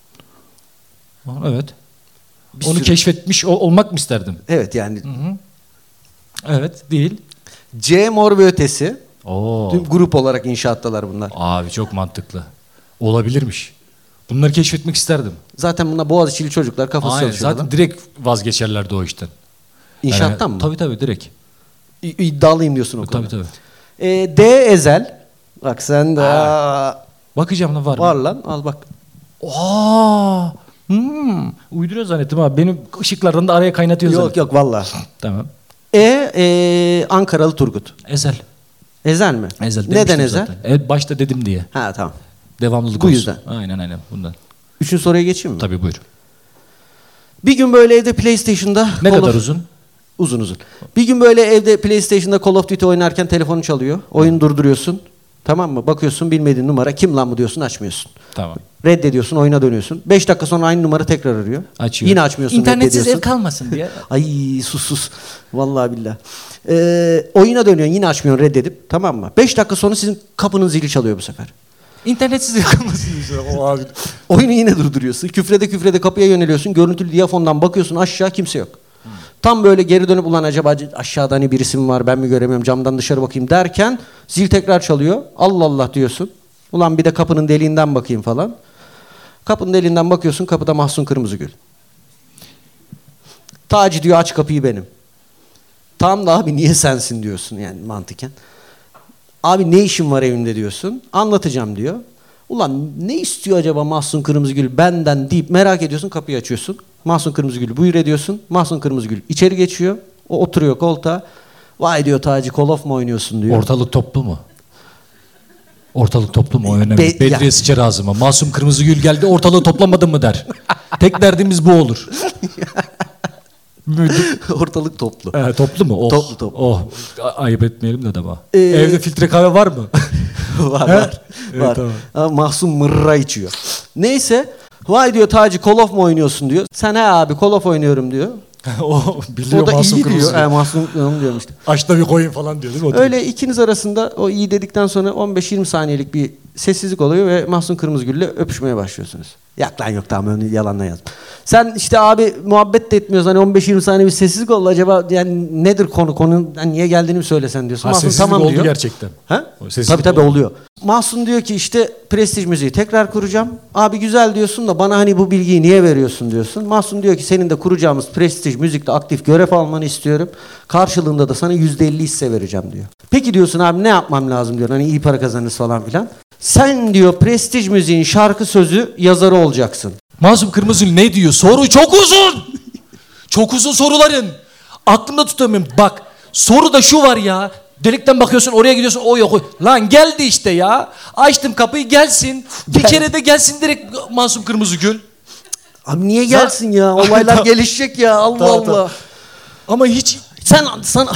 Evet. Bir Onu sürü- keşfetmiş olmak mı isterdim? Evet yani. Evet. Değil. C. Mor ve Ötesi. Oo. Tüm grup olarak inşaattalar bunlar. Abi çok mantıklı. Olabilirmiş. Bunları keşfetmek isterdim. Zaten buna Boğaziçi'li çocuklar kafası Aynen. çalışıyor. Zaten direkt vazgeçerlerdi o işten. İnşaattan mı? Tabii direkt. İddialıyım diyorsun o konuda. Tabii. D. Ezel. Bak sen de Bakacağım lan var mı? var lan al bak. Aa. Uyduruyor zannettim abi. Benim ışıklardan da araya kaynatıyor Yok zannettim. yok valla. Tamam. Ankaralı Turgut. Ezel. Ezel mi? Ezel Neden demiştim Ezel? zaten. Evet başta dedim diye. Ha tamam. Devamlılık Bu olsun. yüzden. Aynen bundan. Üçüncü soruya geçeyim mi? Tabii buyur. Bir gün böyle evde PlayStation'da Ne Call kadar of- uzun? Uzun. Bir gün böyle evde PlayStation'da Call of Duty oynarken telefonun çalıyor. Oyunu durduruyorsun. Tamam mı? Bakıyorsun bilmediğin numara. Kim lan bu diyorsun, açmıyorsun. Tamam. Reddediyorsun, oyuna dönüyorsun. 5 dakika sonra aynı numara tekrar arıyor. Açıyor. Yine açmıyorsun, İnternetsiz ev reddediyorsun. kalmasın diye. Ay sus. Vallahi billah. Oyuna dönüyorsun, yine açmıyorsun, reddedip. Tamam mı? 5 dakika sonra sizin kapının zili çalıyor bu sefer. İnternetsiz ev kalmasın diye. O abi. Oyunu yine durduruyorsun. Küfrede kapıya yöneliyorsun. Görüntülü diyafondan bakıyorsun, aşağı kimse yok. Tam böyle geri dönüp ulan acaba aşağıda hani birisi mi var, ben mi göremiyorum, camdan dışarı bakayım derken zil tekrar çalıyor. Allah Allah diyorsun. Ulan bir de kapının deliğinden bakayım falan. Kapının deliğinden bakıyorsun, kapıda Mahsun Kırmızıgül. Taci diyor aç kapıyı benim. Tamam da abi niye sensin diyorsun yani mantıken. Abi ne işin var evimde diyorsun. Anlatacağım diyor. Ulan ne istiyor acaba Mahsun Kırmızıgül benden deyip merak ediyorsun, kapıyı açıyorsun. Mahsun Kırmızıgül buyur ediyorsun. Mahsun Kırmızıgül içeri geçiyor. O oturuyor koltuğa. Vay diyor Taci Call of mu oynuyorsun diyor. Ortalık toplu mu? Ortalık toplu mu? O önemli. Be- Bedriye ya. sıçar ağzıma. Masum Kırmızıgül geldi ortalığı toplamadın mı der. Tek derdimiz bu olur. Ortalık toplu. Toplu mu? Oh, Toplu. Oh. Ayıp etmeyelim de ama. Ee, Evde filtre kahve var mı? var. Evet, var. tamam. Ama Mahsun mırra içiyor. Neyse. Vay diyor Taci Call of mu oynuyorsun diyor. Sen he abi Call of oynuyorum diyor. O biliyor O da Masum iyi diyor. Kırmızıgül. Mahsun onu diyorum işte. Aç da bir koyun falan diyor değil mi? O Öyle ikiniz arasında o iyi dedikten sonra 15-20 saniyelik bir sessizlik oluyor ve Mahsun Kırmızıgül'le öpüşmeye başlıyorsunuz. Yak lan yok tamam onu yalanla yazdım. Sen işte abi muhabbet de etmiyorsun hani 15-20 saniye bir sessizlik oldu acaba yani nedir konu hani niye geldiğini mi söylesen diyorsun. Ha, Mahsun sessizlik tamam oldu diyor. gerçekten. Ha? O sessizlik Tabii oldu. oluyor. Mahsun diyor ki işte prestij müziği tekrar kuracağım. Abi güzel diyorsun da bana hani bu bilgiyi niye veriyorsun diyorsun. Mahsun diyor ki senin de kuracağımız prestij müzikte aktif görev almanı istiyorum. Karşılığında da sana %50 hisse vereceğim diyor. Peki diyorsun abi ne yapmam lazım diyor. Hani iyi para kazanırız falan filan. Sen diyor prestij müziğin şarkı sözü yazarı olacaksın. Masum Kırmızıgül ne diyor? Soru çok uzun. Çok uzun soruların. Aklımda tutamıyorum. Bak soru da şu var ya. Delikten bakıyorsun oraya gidiyorsun o yok. Lan geldi işte ya. Açtım kapıyı gelsin. Bir kere de gelsin direkt Masum Kırmızıgül. Abi niye gelsin ya? Olaylar Tamam. gelişecek ya. Allah Tamam, Allah. tamam. Ama hiç Sana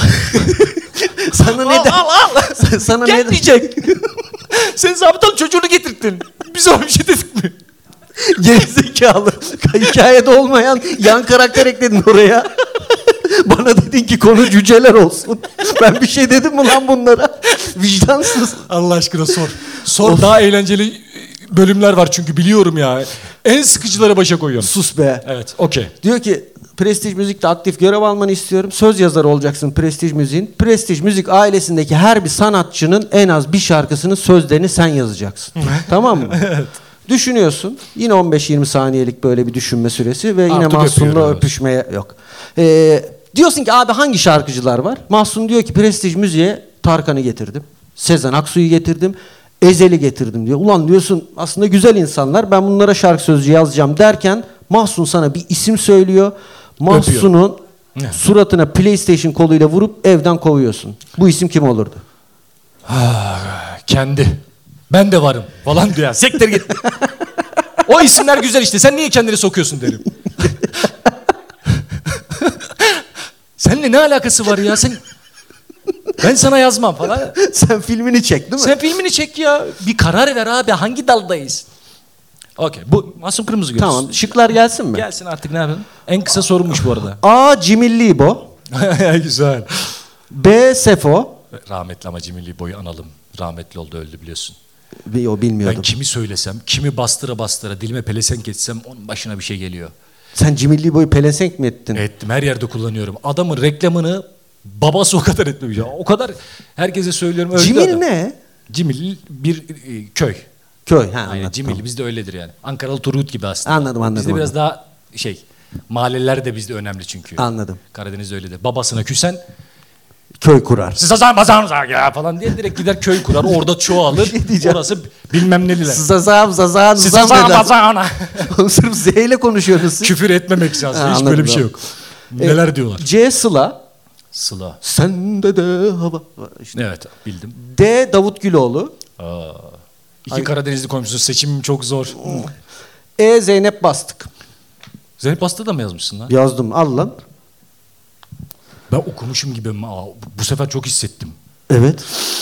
sana neden? Sana neden? gelmeyecek. Sen zabıtanın çocuğunu getirdin. Biz ona bir şey dedik mi? Gerizekalı. Hikayede olmayan yan karakter ekledin oraya. Bana dedin ki konu cüceler olsun. Ben bir şey dedim mi lan bunlara? Vicdansız. Allah aşkına sor. Sor daha eğlenceli bölümler var çünkü biliyorum ya. En sıkıcıları başa koyuyorum. Sus be. Evet, okey. Diyor ki Prestij Müzik'te aktif görev almanı istiyorum. Söz yazarı olacaksın Prestij Müzik'in. Prestij Müzik ailesindeki her bir sanatçının en az bir şarkısının sözlerini sen yazacaksın. Tamam mı? Evet. Düşünüyorsun. Yine 15-20 saniyelik böyle bir düşünme süresi ve yine Artık Mahsun'la öpüyorum. öpüşmeye yok. Diyorsun ki abi hangi şarkıcılar var? Mahsun diyor ki Prestij Müzik'e Tarkan'ı getirdim. Sezen Aksu'yu getirdim. Ezel'i getirdim diyor. Ulan diyorsun aslında güzel insanlar. Ben bunlara şarkı sözü yazacağım derken Mahsun sana bir isim söylüyor. Mahsun'un suratına PlayStation koluyla vurup evden kovuyorsun. Bu isim kim olurdu? Kendi. Ben de varım falan diyor. Sektir git. O isimler güzel işte. Sen niye kendini sokuyorsun derim. Seninle ne alakası var ya? Ben sana yazmam falan. Sen filmini çek değil mi? Sen filmini çek ya. Bir karar ver abi. Hangi daldayız? Okey. Bu Mahsun Kırmızı Göz. Tamam. Şıklar gelsin mi? Gelsin artık ne yapalım? En kısa sorunmuş bu arada. A. Cimilli İbo. Güzel. B. Sefo. Rahmetli ama Cimri boyu analım. Rahmetli oldu, öldü biliyorsun. O bilmiyordum. Ben kimi söylesem, kimi bastıra bastıra dilime pelesenk etsem onun başına bir şey geliyor. Sen Cimilli İbo'yu pelesenk mi ettin? Ettim, her yerde kullanıyorum. Adamın reklamını babası o kadar etmemiş. O kadar herkese söylüyorum. Öldü Cimil adam. ne? Cimil bir köy. Köy. Ha, Aynen, anladım. Cimil Tamam. bizde öyledir yani. Ankaralı Turgut gibi aslında. Anladım. Bizde biraz daha mahalleler de bizde önemli çünkü. Anladım. Karadeniz'de öyledir. Babasına küsen Köy kurar. Sızazan bazan ya falan diye direkt gider köy kurar. Orada çoğalır. diyeceğim. Orası bilmem neliler. Zazam zazam Sızazan bazan. Sırf Z ile konuşuyorsunuz siz. Küfür etmemek lazım. Ha, Hiç anladım, böyle bir şey tamam. yok. Neler diyorlar. C. Sıla. Sıla. Sende de hava. İşte. Evet, bildim. D. Davut Güloğlu. İki Karadenizli komşusu, seçimim çok zor. E. Zeynep Bastık. Zeynep Aslı da mı yazmışsın lan? Yazdım al lan. Ben okumuşum gibi ama bu sefer çok hissettim. Evet.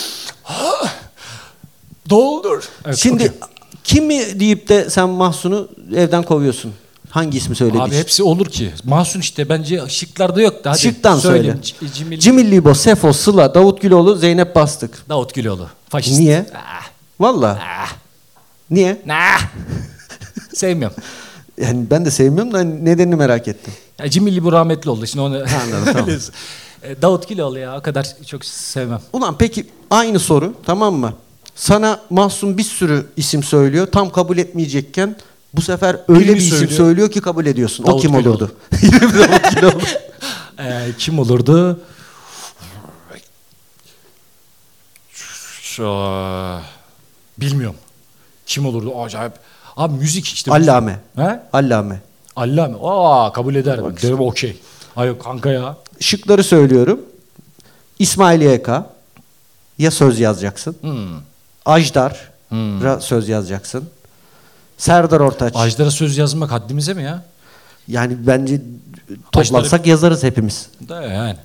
Doldur. Evet, Şimdi okey. kimi deyip de sen Mahsun'u evden kovuyorsun? Hangi ismi söyledik? Abi hepsi olur ki. Mahsun işte bence şıklarda yok da. Hadi Şıktan söyle. Cimil. Cimilli İbo, Sefo, Sıla, Davut Güloğlu, Zeynep Bastık. Davut Güloğlu. Faşist. Niye? Ah, Valla. ah, Niye? nah. Sevmiyorum. Yani ben de sevmiyorum da nedenini merak ettim. Ya Cimilli bu rahmetli oldu. Şimdi onu... Anladım, tamam. Davut Güloğlu ya, o kadar çok sevmem. Ulan peki aynı soru tamam mı? Sana Mahsun bir sürü isim söylüyor. Tam kabul etmeyecekken bu sefer öyle Birini bir isim söylüyor. söylüyor ki kabul ediyorsun. O Davut kim Güloğlu. olurdu? Yine bir Davut Güloğlu. Kim olurdu? Bilmiyorum. Kim olurdu? Acayip. Abi müzik işte. Allame. He? Allame. Allame. Kabul ederim. Derim okey. Ay kanka ya. Şıkları söylüyorum. İsmail YK. Ya söz yazacaksın. Ajdar'a söz yazacaksın. Serdar Ortaç. Ajdar'a söz yazmak haddimize mi ya? Yani bence toplansak yazarız hepimiz. Da yani.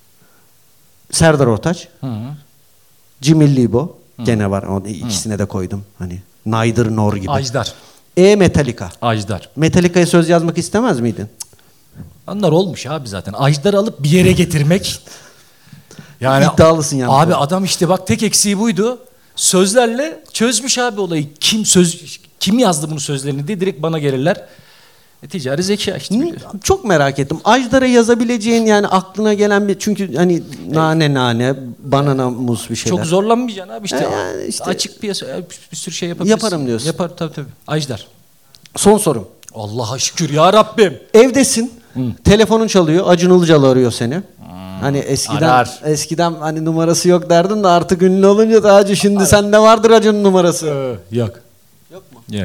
Serdar Ortaç. Hı. Cimilli İbo. Gene var. Onu ikisine de koydum. Hani Naydır Nor gibi. Ajdar. Metallica. Ajdar. Metallica'ya söz yazmak istemez miydin? Onlar olmuş abi zaten. Ajdar'ı alıp bir yere getirmek. Yani İddialısın yani. Abi adam işte bak tek eksiği buydu. Sözlerle çözmüş abi olayı. Kim yazdı bunu sözlerini diye direkt bana gelirler. Ticari zeka işte. Çok merak ettim. Ajdar'a yazabileceğin yani aklına gelen bir çünkü hani nane banana muz bir şeyler. Çok zorlanmayacaksın abi işte. Yani işte- Açık piyasa bir sürü şey yapabilirsin. Yaparım diyorsun. Yapar tabii. Ajdar. Son sorum. Allah'a şükür ya Rabbim. Evdesin. Telefonun çalıyor. Acun Ilıcalı arıyor seni. Hani Arar. eskiden hani numarası yok derdin de artık ünlü olunca da Hacı şimdi sende vardır Acun'un numarası. Yok. Yok mu? Yok.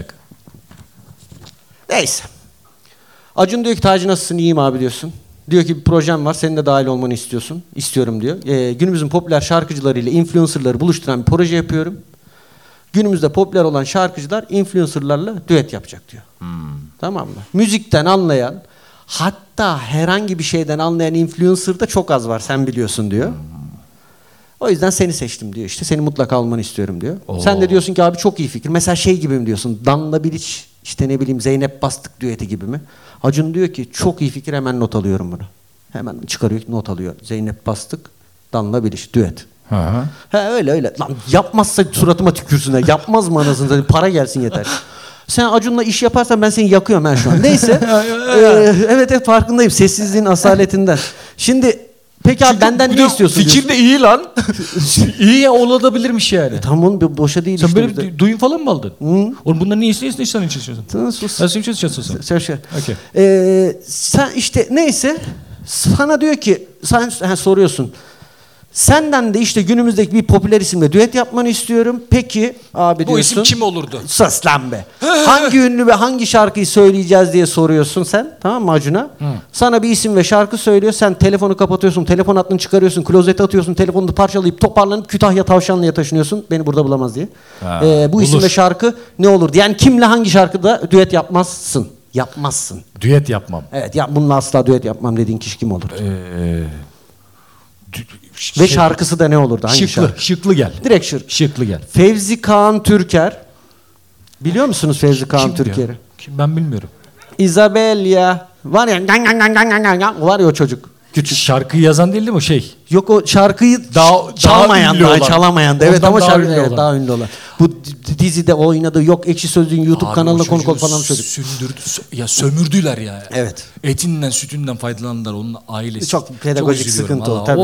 Neyse. Acun diyor ki Taci nasılsın iyiyim abi diyorsun. Diyor ki bir projem var senin de dahil olmanı istiyorsun. İstiyorum diyor. Günümüzün popüler şarkıcılarıyla influencerları buluşturan bir proje yapıyorum. Günümüzde popüler olan şarkıcılar influencerlarla düet yapacak diyor. Tamam mı? Müzikten anlayan hatta herhangi bir şeyden anlayan influencer da çok az var sen biliyorsun diyor. O yüzden seni seçtim diyor işte. Seni mutlaka almanı istiyorum diyor. Sen de diyorsun ki abi çok iyi fikir. Mesela şey gibi mi diyorsun? Danla Bilic işte ne bileyim Zeynep Bastık düeti gibi mi? Acun diyor ki çok iyi fikir hemen not alıyorum bunu. Hemen çıkarıyor not alıyor. Zeynep Bastık, Danla Bilic düet. He öyle. Lan yapmazsa suratıma tükürsünler. Yapmaz mı anasını satayım? Para gelsin yeter. Sen Acun'la iş yaparsan ben seni yakıyorum ben şu an. Neyse. Evet farkındayım. Sessizliğin asaletinden. Şimdi peki abi benden ne istiyorsun? Fikir de iyi lan. İyi ya olabilirmiş yani. Tam onun boşa değil Sen işte. böyle bir duyum falan mı aldın? Oğlum bunların iyisini sen için istiyorsun. Sen sus. Nasıl için istiyorsun sen? Sen Okey. sen işte neyse sana diyor ki sen soruyorsun. Senden de işte günümüzdeki bir popüler isimle düet yapmanı istiyorum. Peki abi Bu diyorsun. isim kim olurdu? Sus lan be. Hangi ünlü ve hangi şarkıyı söyleyeceğiz diye soruyorsun sen. Tamam mı Acun'a? Sana bir isim ve şarkı söylüyor. Sen telefonu kapatıyorsun. Telefon hattını çıkarıyorsun. Klozete atıyorsun. Telefonunu parçalayıp toparlanıp Kütahya Tavşanlı'ya taşınıyorsun. Beni burada bulamaz diye. Bu isim ve şarkı ne olurdu? Yani kimle hangi şarkıda düet yapmazsın? Yapmazsın. Düet yapmam. Evet ya bununla asla düet yapmam dediğin kişi kim olurdu? Şey, Ve şarkısı da ne olurdu? Hangi şarkı? Şıklı gel. Direkt şarkı. Şıklı gel. Fevzi Kağan Türker. Biliyor musunuz Fevzi Kağan Kim diyor? Türker'i? Kim ben bilmiyorum. Isabella. Var ya var ya o çocuk. Küçük. Şarkıyı yazan değil mi o şey? Yok o şarkıyı Daha çalmayan ünlü da olan. çalamayan da. Evet Ondan ama daha şarkı ünlü evet, olan. daha ünlü olan. Bu dizide oynadı. Yok Ekşi Sözlüğün YouTube Abi kanalına o konuk çocuğu ol falan çocuk. Ya sömürdüler ya. Evet. Etinden sütünden faydalandılar onun ailesi. Çok pedagojik üzülüyorum sıkıntı o, valla. tabii.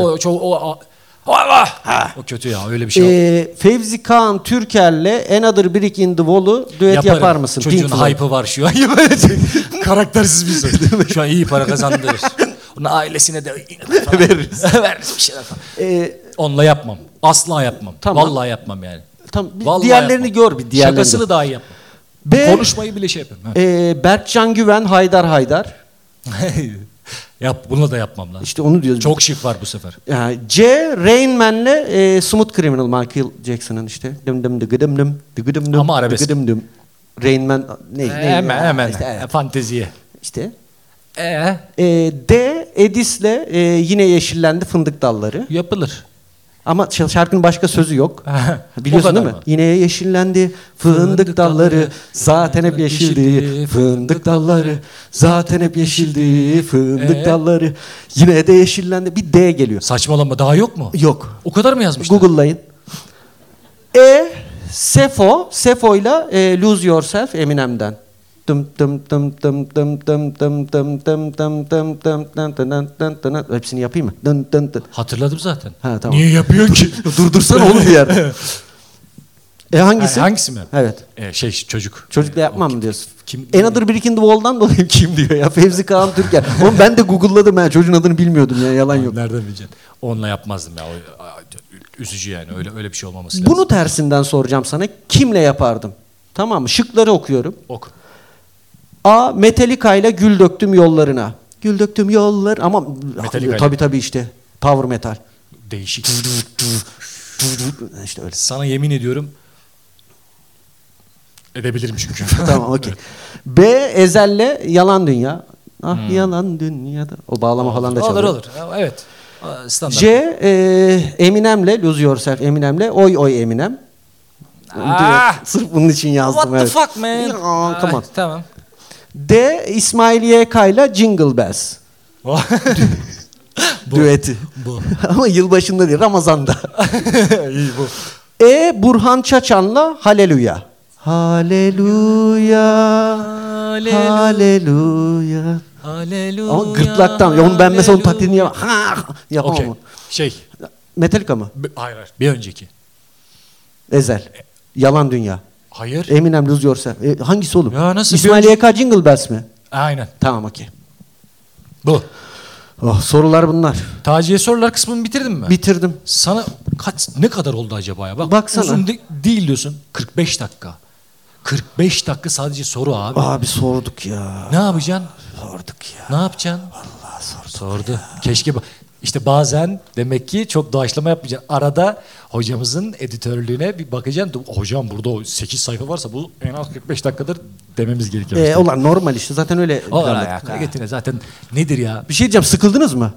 O kötü ya öyle bir şey. Fevzi Kağan Türker'le Another Brick in the Wall'u düet Yaparım. yapar mısın? Çocuğun Pink Floyd. hype'ı var şu an. Karaktersiz bir insan. Şu an iyi para kazandırır. Onun ailesine de veririz. Veririz bir şeyler falan. Onunla yapmam. Asla yapmam. Tamam. Vallahi yapmam yani. Tam Vallahi diğerlerini yapmam. gör bir diğerlerini. Şakasını dahi yapmam. Konuşmayı bile şey yapıyorum. Berkcan Güven, Haydar. Yap, bunu da yapmam lan. İşte onu diyoruz. Çok şık var bu sefer. Yani C. Rain Man'le Smooth Criminal Michael Jackson'ın işte. Dım dım dıgıdım dım dıgıdım dım Ama arabesk. dıgıdım dım. Rain Man ne? Hemen. İşte, evet. Fanteziye. İşte. D. Edis'le yine yeşillendi fındık dalları. Yapılır. Ama şarkının başka sözü yok. O Biliyorsun kadar değil mi? mı? Yine yeşillendi fındık dalları. Zaten hep yeşildi fındık dalları. Zaten hep yeşildi fındık dalları. Yine de yeşillendi. Bir D geliyor. Saçmalama daha yok mu? Yok. O kadar mı yazmışlar? Google'layın. Sefo'yla Lose Yourself Eminem'den. Dım dım dım dım dım dım dım dım dım dım dım dım dım dım dım dım. Hepsini yapayım mı? Dın dın dın. Hatırladım zaten. Ha, tamam. Niye yapıyorsun ki? Durdursana oğlum bir yer. Hangisi? Hangisi mi? Evet. Çocuk. Çocukla yapmam mı diyorsun? Kim? Another Brick in the Wall'dan dolayı kim diyor ya? Fevzi Kağan Türker. Oğlum ben de Google'ladım ya. Çocuğun adını bilmiyordum ya. Yalan yok. Nereden bileceksin? Onunla yapmazdım ya. Üzücü yani. Öyle bir şey olmaması lazım. Bunu tersinden soracağım sana. Kimle yapardım? Tamam mı? Şıkları okuyorum. Ok. A. Metallica ile Gül Döktüm Yollarına. Gül Döktüm Yollar ama Metallica tabii işte power metal. Değişik. İşte öyle. Sana yemin ediyorum edebilirim çünkü. Tamam okey. B. Ezel'le Yalan Dünya. Ah yalan dünyada. O bağlama falan da çalıyor. Olur. Evet. Standart. C. Eminem'le Lose Yourself Eminem'le Oy Oy Eminem. Ah! Sırf bunun için yazdım. What the evet. fuck man? Ya, come on. Tamam. D. İsmail YK'yla Jingle Bells. Düeti. Bu. Ama yılbaşında değil Ramazan'da. İyi bu. E. Burhan Çaçan'la Haleluya. Haleluya. Haleluya. Haleluya. Ama gırtlaktan. Ya onu ben mesela onun taklidini yapamam. Okey. Metallica mı? Hayır. Bir önceki. Ezel. Yalan Dünya. Hayır. Eminem Lose Yourself. Hangisi oğlum? Ya nasıl? İsmail YK Jingle Bells mi? Aynen. Tamam okey. Bu. Oh, sorular bunlar. Taciye sorular kısmını bitirdin mi? Bitirdim. Sana ne kadar oldu acaba ya? Bak, Baksana. uzun değil diyorsun. 45 dakika. 45 dakika sadece soru abi. Abi sorduk ya. Ne yapacaksın? Sorduk ya. Ne yapacaksın? Vallahi sordu. Keşke işte bazen demek ki çok doğaçlama yapmayacaksın. Arada hocamızın editörlüğüne bir bakacaksın. Hocam burada 8 sayfa varsa bu en az 45 dakikadır dememiz gerekiyor. Ulan normal işte zaten öyle. Olur ya. Getine zaten nedir ya? Bir şey diyeceğim, sıkıldınız mı?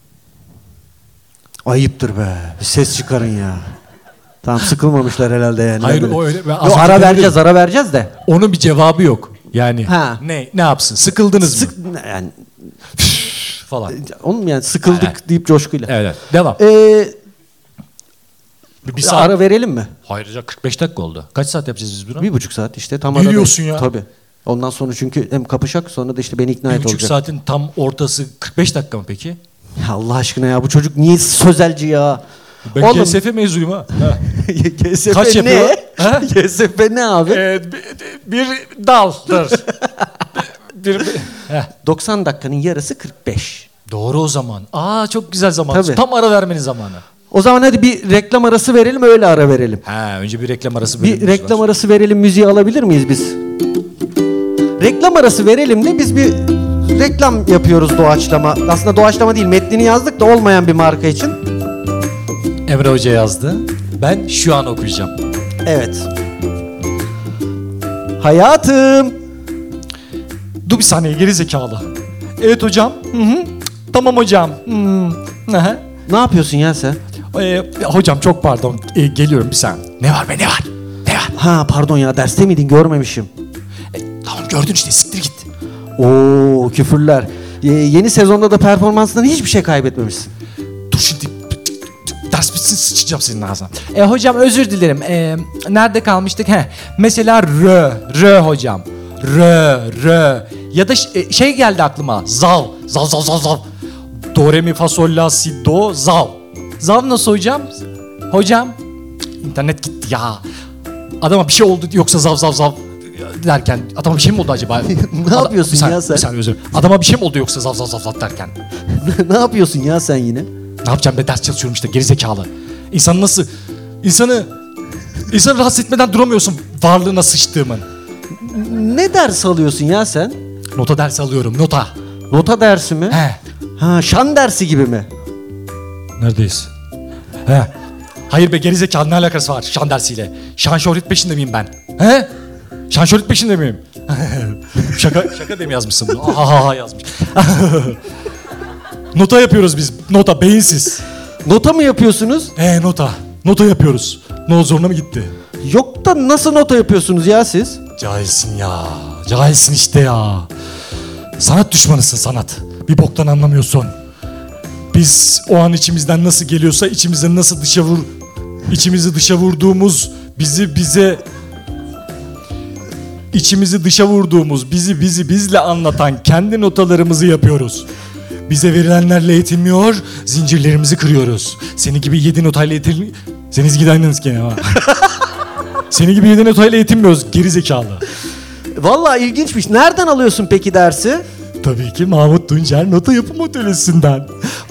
Ayıptır be. Bir ses çıkarın ya. Tamam, sıkılmamışlar herhalde yani. Hayır o öyle. Yo, ara vereceğiz de. Onun bir cevabı yok. Yani Ha. ne yapsın? Sıkıldınız mı? Yani Falan. onun yani sıkıldık deyip coşkuyla. Evet. Devam. Bir saat. Ara verelim mi? Hayır ya 45 dakika oldu. Kaç saat yapacağız biz bunu? 1,5 saat işte tam Ne arada. diyorsun ya? Tabii. Ondan sonra çünkü hem kapışak sonra da işte beni ikna et 1,5 olacak. saatin tam ortası 45 dakika mı peki? Ya Allah aşkına ya bu çocuk niye sözelci ya? Ben Oğlum, GSF mezunuyum ha. GSF Kaç ne? yapıyor? Ha? GSF ne abi? Bir daldır. bir, 90 dakikanın yarısı 45. Doğru o zaman. Aa çok güzel zaman. Tabii. Tam ara vermenin zamanı. O zaman hadi bir reklam arası verelim öyle ara verelim. Ha önce bir reklam arası Bir bölümümüz reklam var. arası verelim müziği alabilir miyiz biz? Reklam arası verelim de biz bir reklam yapıyoruz doğaçlama. Aslında doğaçlama değil metnini yazdık da olmayan bir marka için. Emre Hoca yazdı. Ben şu an okuyacağım. Evet. Hayatım. Dur bir saniye geri zekalı. Evet hocam. Hı. Tamam hocam. Hı. Ne yapıyorsun ya sen? Hocam çok pardon. Geliyorum bir saniye. Ne var be ne var? Ne var? Ha pardon ya derste miydin görmemişim. Tamam gördün işte siktir git. Oo küfürler. Yeni sezonda da performansından hiçbir şey kaybetmemişsin. Dur şimdi ders bitsin sıçacağım senin ağzına. Hocam özür dilerim. Nerede kalmıştık? Mesela rö hocam. Rö. Ya da şey geldi aklıma. Zav. Zav. Do re mi fa sol la si do zav. Zav nasıl hocam? Hocam. İnternet gitti ya. Adama bir şey oldu yoksa zav derken adama bir şey mi oldu acaba? Ne yapıyorsun bir saniye, ya sen? Bir saniye özür dilerim. Adama bir şey mi oldu yoksa zav derken? Ne yapıyorsun ya sen yine? Ne yapacağım be ders çalışıyorum işte gerizekalı. İnsanı rahatsız etmeden duramıyorsun varlığına sıçtığımın. Ne ders alıyorsun ya sen? Nota dersi alıyorum nota. Nota dersi mi? He. Ha şan dersi gibi mi? Neredeyiz? He. Hayır be gerizekalı ne alakası var şan dersiyle? Şan şöhret peşinde miyim ben? He? Şan şöhret peşinde miyim? şaka diye mi yazmışsın bunu? Aha yazmış. Nota yapıyoruz biz. Nota beyinsiz. Nota mı yapıyorsunuz? Nota. Nota yapıyoruz. Ne oldu zoruna mı gitti? Yok da nasıl nota yapıyorsunuz ya siz? Cahilsin ya. Cahilsin işte ya. Sanat düşmanısın sanat. Bir boktan anlamıyorsun. Biz o an içimizden nasıl geliyorsa içimizden nasıl içimizi dışa vurduğumuz içimizi dışa vurduğumuz bizle anlatan kendi notalarımızı yapıyoruz. Bize verilenlerle yetinmiyor, zincirlerimizi kırıyoruz. Seni gibi 7 notayla Seniz gidersiniz gene ha. Seni gibi 7 notayla yetinmiyoruz geri zekalı. Vallahi ilginçmiş. Nereden alıyorsun peki dersi? Tabii ki Mahmut Tuncer Nota Yapım Atölyesi'nden.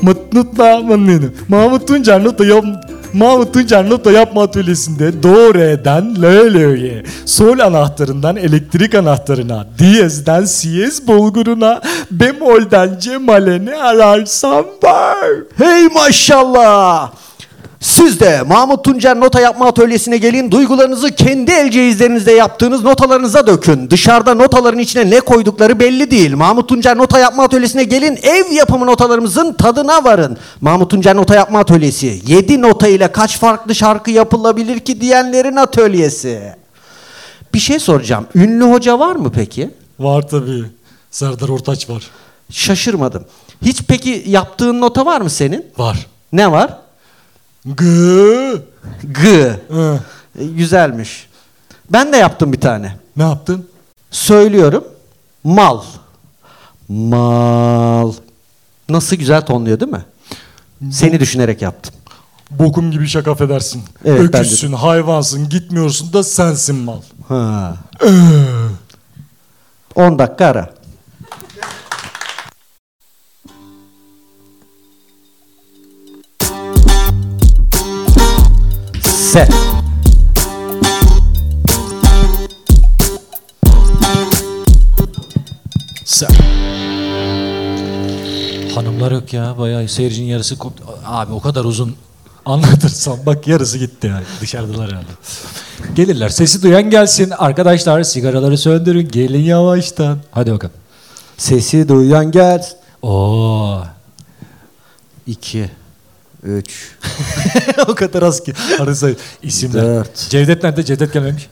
Mahmut Tuncer Nota Yapma Atölyesi'nde Do, Re'den L'ye, Sol anahtarından elektrik anahtarına, Diyez'den Siyez bulguruna, Bemol'den Cemal'e ne ararsan var. Hey maşallah! Siz de Mahmut Tuncer Nota Yapma Atölyesi'ne gelin, duygularınızı kendi el cihazlarınızda yaptığınız notalarınıza dökün. Dışarıda notaların içine ne koydukları belli değil. Mahmut Tuncer Nota Yapma Atölyesi'ne gelin, ev yapımı notalarımızın tadına varın. Mahmut Tuncer Nota Yapma Atölyesi, 7 nota ile kaç farklı şarkı yapılabilir ki diyenlerin atölyesi. Bir şey soracağım, ünlü hoca var mı peki? Var tabii. Serdar Ortaç var. Şaşırmadım. Hiç peki yaptığın nota var mı senin? Var. Ne var? Gı. G. Hı. Güzelmiş. Ben de yaptım bir tane. Ne yaptın? Söylüyorum. Mal. Mal. Nasıl güzel tonluyor değil mi? Seni düşünerek yaptım. Bokum gibi şaka affedersin. Evet, ben de. Öküzsün, hayvansın, gitmiyorsun da sensin mal. Ha. 10 dakika ara. Se. Sen. Hanımlar yok ya bayağı seyircinin yarısı koptu. Abi o kadar uzun anlatırsam bak yarısı gitti yani dışarıdalar herhalde. Gelirler sesi duyan gelsin arkadaşlar sigaraları söndürün gelin yavaştan. Hadi bakalım. Sesi duyan gel. Oo. 2 3 O kadar az ki. Arası isimler. 4. Cevdet nerede? Cevdet gelmemiş.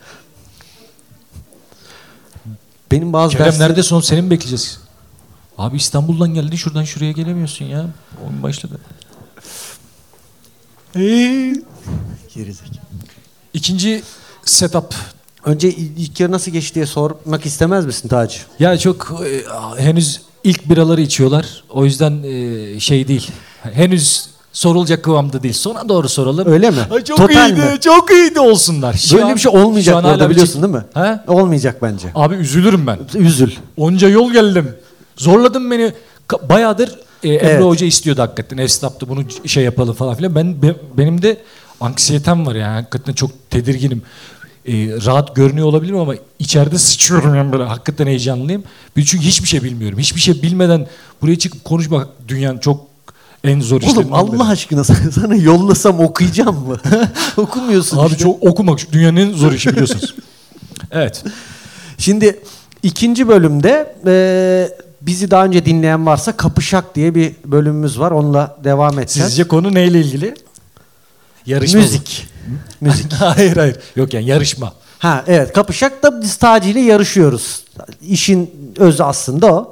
Benim bazı Kerem derslerim... neredesin oğlum seni mi bekleyeceğiz? Abi İstanbul'dan geldin şuradan şuraya gelemiyorsun ya. Oyun başladı. Gerizekalı. İkinci setup. Önce ilk yarı nasıl geçti diye sormak istemez misin Taci? Ya çok henüz ilk biraları içiyorlar. O yüzden şey değil. Henüz sorulacak kıvamda değil. Sona doğru soralım. Öyle mi? Ay, çok Total iyiydi, mi? çok iyiydi olsunlar. Böyle bir şey olmayacak şu an bu arada, hala bir biliyorsun değil mi? He? Olmayacak bence. Abi üzülürüm ben. Üzül. Onca yol geldim. Zorladın beni. Bayağıdır Emre Evet. Hoca istiyordu hakikaten. F-Stop'ta bunu şey yapalım falan filan. Benim de anksiyetem var yani. Hakikaten çok tedirginim. Rahat görünüyor olabilirim ama içeride sıçıyorum yani böyle. Hakikaten heyecanlıyım. Çünkü hiçbir şey bilmiyorum. Hiçbir şey bilmeden buraya çıkıp konuşmak dünyanın çok en zor Oğlum işlerinden biri. Allah aşkına sana yollasam okuyacağım mı? Okumuyorsun Abi işte. çok okumak dünyanın en zor işi biliyorsunuz. Evet. Şimdi ikinci bölümde bizi daha önce dinleyen varsa Kapışak diye bir bölümümüz var. Onunla devam edeceğiz. Sizce konu neyle ilgili? Yarışma mı? Müzik. Müzik. Hayır. Yok yani yarışma. Ha evet, Kapışak da biz Taci ile yarışıyoruz. İşin özü aslında o.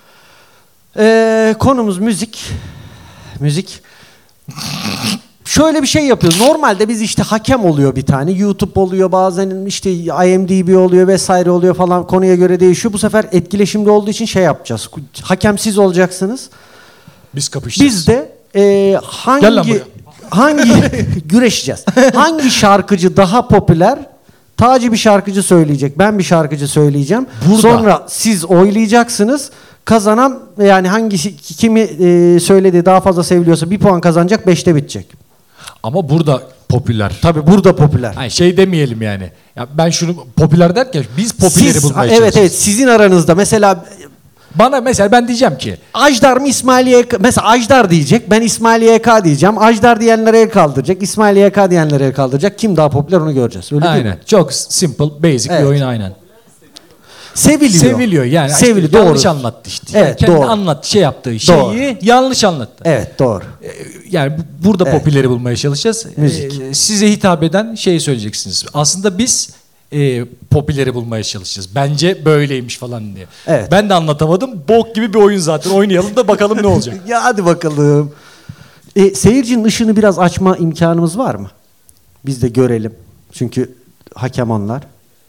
Konumuz müzik. Müzik. Şöyle bir şey yapıyoruz. Normalde biz işte hakem oluyor bir tane. YouTube oluyor, bazen işte IMDb oluyor vesaire oluyor falan, konuya göre değişiyor. Bu sefer etkileşimde olduğu için şey yapacağız. Hakem siz olacaksınız. Biz kapışacağız. Biz de Gel lan buraya. hangi güreşeceğiz. Hangi şarkıcı daha popüler? Taci bir şarkıcı söyleyecek. Ben bir şarkıcı söyleyeceğim. Burada. Sonra siz oylayacaksınız. Kazanan, yani hangisi kimi söylediği daha fazla seviliyorsa 1 puan kazanacak, 5'te bitecek. Ama burada popüler. Tabii burada popüler. Hayır, şey demeyelim yani. Ya ben şunu popüler derken biz popüleri Siz, bulmaya evet çalışıyoruz. evet, sizin aranızda mesela Bana mesela ben diyeceğim ki Ajdar mı İsmail YK? Mesela Ajdar diyecek, ben İsmail YK diyeceğim. Ajdar diyenlere el kaldıracak, İsmail YK diyenlere el kaldıracak. Kim daha popüler onu göreceğiz. Öyle değil mi? aynen. Çok simple, basic Evet. bir oyun aynen. Seviliyor. Seviliyor yani. Seviliyor, İşte yanlış doğru. anlattı işte. Evet, Kendi doğru. şey yaptığı şeyi Doğru. yanlış anlattı. Evet, doğru. Yani burada Evet. popüleri bulmaya çalışacağız. Müzik. Size hitap eden şeyi söyleyeceksiniz. Aslında biz popüleri bulmaya çalışacağız. Bence böyleymiş falan diye. Evet. Ben de anlatamadım. Bok gibi bir oyun zaten. Oynayalım da bakalım ne olacak. Ya hadi bakalım. Seyircinin ışığını biraz açma imkanımız var mı? Biz de görelim. Çünkü hakem onlar.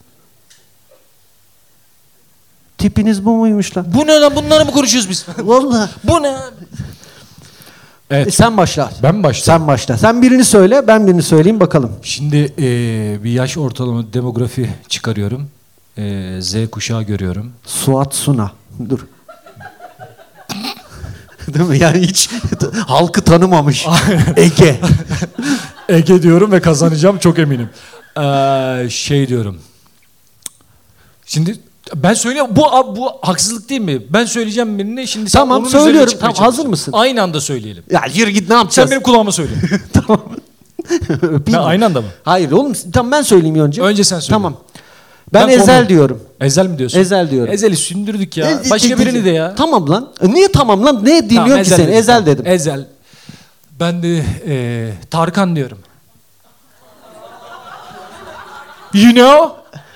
Tipiniz bu muymuş lan? Bu ne lan? Bunları mı konuşuyoruz biz? Vallahi. Bu ne? Evet. Sen başla. Ben mi başlayayım? Sen başla. Sen birini söyle, ben birini söyleyeyim bakalım. Şimdi bir yaş ortalama demografi çıkarıyorum. Z kuşağı görüyorum. Suat Suna. Dur. Değil mi? Yani hiç halkı tanımamış. Ege. Ege diyorum ve kazanacağım çok eminim. Şey diyorum. Şimdi ben söyleyeyim. Bu haksızlık değil mi? Ben söyleyeceğim birini. Şimdi sen Tamam, onun üzerine söylüyorum. çıkmaya Tamam, hazır çalışıyorsun. mısın? Aynı anda söyleyelim. Ya yürü git, ne Sen yapacağız? benim kulağıma söyle. Tamam. Öpeyim Ben mi? aynı anda mı? Hayır oğlum, tamam ben söyleyeyim önce. Önce sen söyle. Tamam. Ben Ben Ezel konu- diyorum. Ezel mi diyorsun? Ezel diyorum. Ezel'i sündürdük ya. Başka birini de ya. Tamam lan. Niye tamam lan? Ne dinliyorum Tamam, ki seni? dedim, Ezel tamam. dedim. Ezel. Ben de Tarkan diyorum. You know?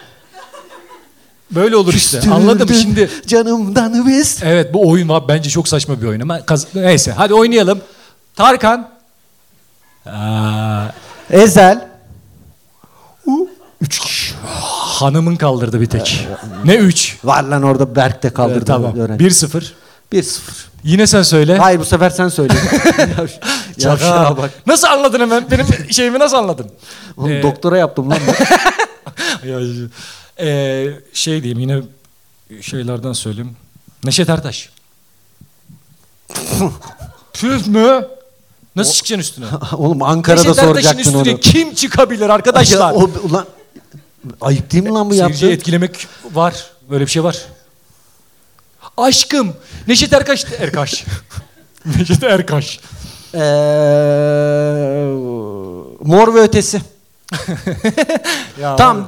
Böyle olur işte. Anladın mı? Şimdi Canımdan biz. evet, bu oyun var. Bence çok saçma bir oyun ama neyse. Hadi oynayalım. Tarkan. Ezel. 3 kişi. Hanımın kaldırdı bir tek. Ne 3? Var lan orada, Berk de kaldırdı. Tamam. öğrenci. 1-0. 1-0. Yine sen söyle. Hayır, bu sefer sen söyle. Yavşağa bak. Nasıl anladın hemen? Benim şeyimi nasıl anladın? Oğlum doktora yaptım lan ben. Ya, şey diyeyim, yine şeylerden söyleyeyim. Neşet Ertaş. Püf mü? Nasıl çıkacaksın üstüne? Oğlum Ankara'da Neşet Ertaş'ın soracaktın üstüne onu. kim çıkabilir arkadaşlar? Ulan ayıp değil mi lan bu Seyirciyi yaptığın? etkilemek var. Böyle bir şey var. Aşkım. Neşet Erkaş. Neşet Erkaş. Mor ve Ötesi. Ya, Tamam.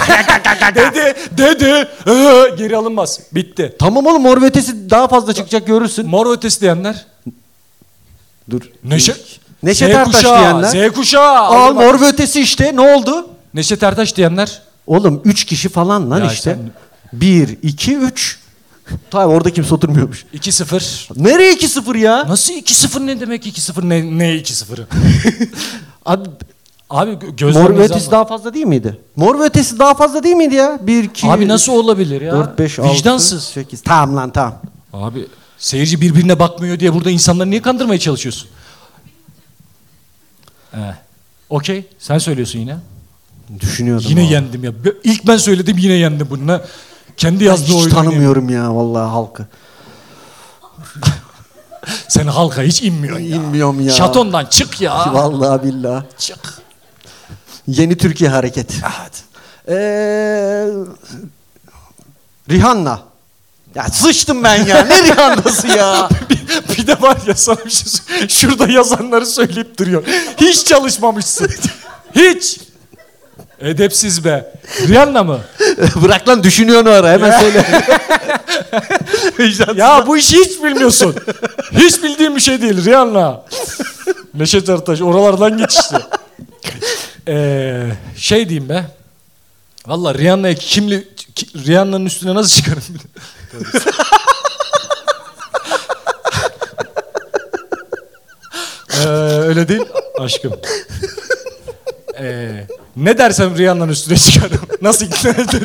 dedi. Geri alınmaz. Bitti. Tamam oğlum, Mor ve Ötesi daha fazla çıkacak, görürsün. Mor ötesi diyenler. Dur. Neşet Neşet Z Ertaş kuşağı, diyenler. Z kuşağı. Al Hadi bak. Mor ve Ötesi işte, ne oldu? Neşet Ertaş diyenler. Oğlum 3 kişi falan lan Ya işte. sen- 1, 2, 3. Tabii orada kimse oturmuyormuş. 2-0. Nereye 2-0 ya? Nasıl 2-0, ne demek 2-0, ne 2-0'ı? Abi, Abi Mor ve gözleriniz Ötesi daha fazla değil miydi? Mor ve Ötesi daha fazla değil miydi ya? 1, 2, Abi nasıl olabilir ya? 4, 5, 6, Vicdansız. 8. Tamam lan tamam. Abi seyirci birbirine bakmıyor diye burada insanları niye kandırmaya çalışıyorsun? Okey. Sen söylüyorsun yine. Düşünüyordum. Yine abi. yendim ya. İlk ben söyledim yine yendim bununla. Kendi yazdığı Hiç oyunu tanımıyorum ya vallahi halkı. Sen halka hiç inmiyorsun ya. İnmiyorum ya. Şatondan çık ya. Vallahi billahi. Çık. Yeni Türkiye hareketi. Evet. Rihanna. Ya sıçtım ben ya. Ne Rihanna'sı ya? Bir de var ya sana bir şey şurada yazanları söyleyip duruyor. Hiç çalışmamışsın. Hiç. Edepsiz be. Rihanna mı? Bırak lan düşünüyorsun o ara hemen söyle. Ya bu işi hiç bilmiyorsun. Hiç bildiğim bir şey değil Rihanna. Neşet Ertaş oralardan geç işte. Şey diyeyim be. Valla Rihanna'ya Rihanna'nın üstüne nasıl çıkarım? Öyle değil aşkım. Ne dersem Rihanna'nın üstüne çıkarım. Nasıl ikna ederim?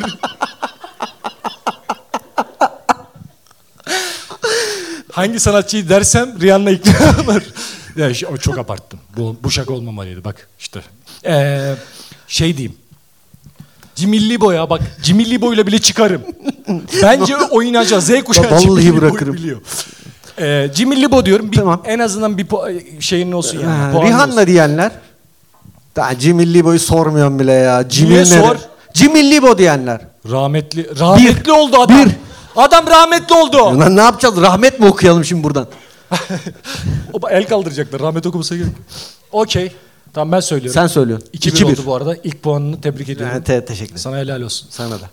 Hangi sanatçıyı dersem Rihanna ikna olur. Ya çok abarttım. Bu şaka olmamalıydı bak işte. Şey diyeyim. Jimmy Libo ya bak. Jimmy Libo'yla bile çıkarım. Bence oynayacağız. Z kuşağı Vallahi Jimmy Libo'yu bırakırım. biliyor. Jimmy Libo diyorum. Tamam. En azından bir şeyin olsun yani. puanın Rihanna olsun. diyenler. Daha Jimmy Libo'yu sormuyorum bile ya. Niye sor? Jimmy Libo diyenler. Rahmetli oldu adam. Bir. Adam rahmetli oldu. Lan ne yapacağız? Rahmet mi okuyalım şimdi buradan? El kaldıracaklar. Rahmet okuması gerek. Okey. Tamam ben söylüyorum. Sen söylüyorsun. 2-1 oldu bu arada. İlk puanını tebrik ediyorum. Teşekkür ederim. Sana helal olsun. Sana da.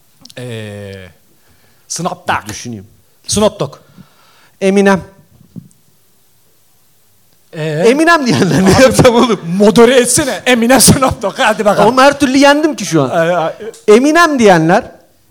Snoop Dogg. Düşüneyim. Snoop Dogg. Eminem. Eminem diyenler ne yapsam oğlum? Modere etsene. Eminem Snoop Dogg. Hadi bakalım. Ama her türlü yendim ki şu an. Eminem diyenler.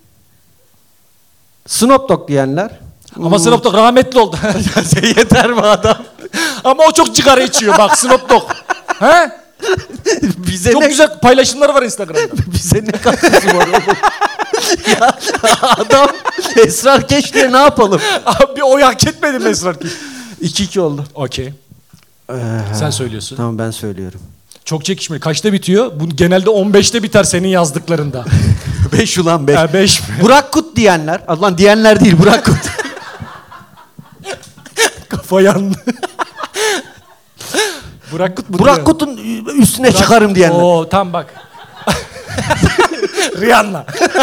Snoop Dogg diyenler. Ama Snoop Dogg rahmetli oldu. Yeter mi adam? Ama o çok sigara içiyor bak Snoop Dogg. He? Bize Çok ne, güzel paylaşımları var Instagram'da. bize ne katkısı var oğlum? Ya adam esrarkeş diye ne yapalım? Abi o hak etmedi mi Esrar ki? 2-2 oldu. Okey. Sen söylüyorsun. Tamam ben söylüyorum. Çok çekişmeli. Kaçta bitiyor? Bu genelde 15'te biter senin yazdıklarında. 5 ulan 5. 5 mi? Burak Kut diyenler. Lan diyenler değil Burak Kut. Kafa yandı. Burak Kut mu? Burak Kut'un üstüne çıkarım diyenler. Oo tam bak. Rihanna.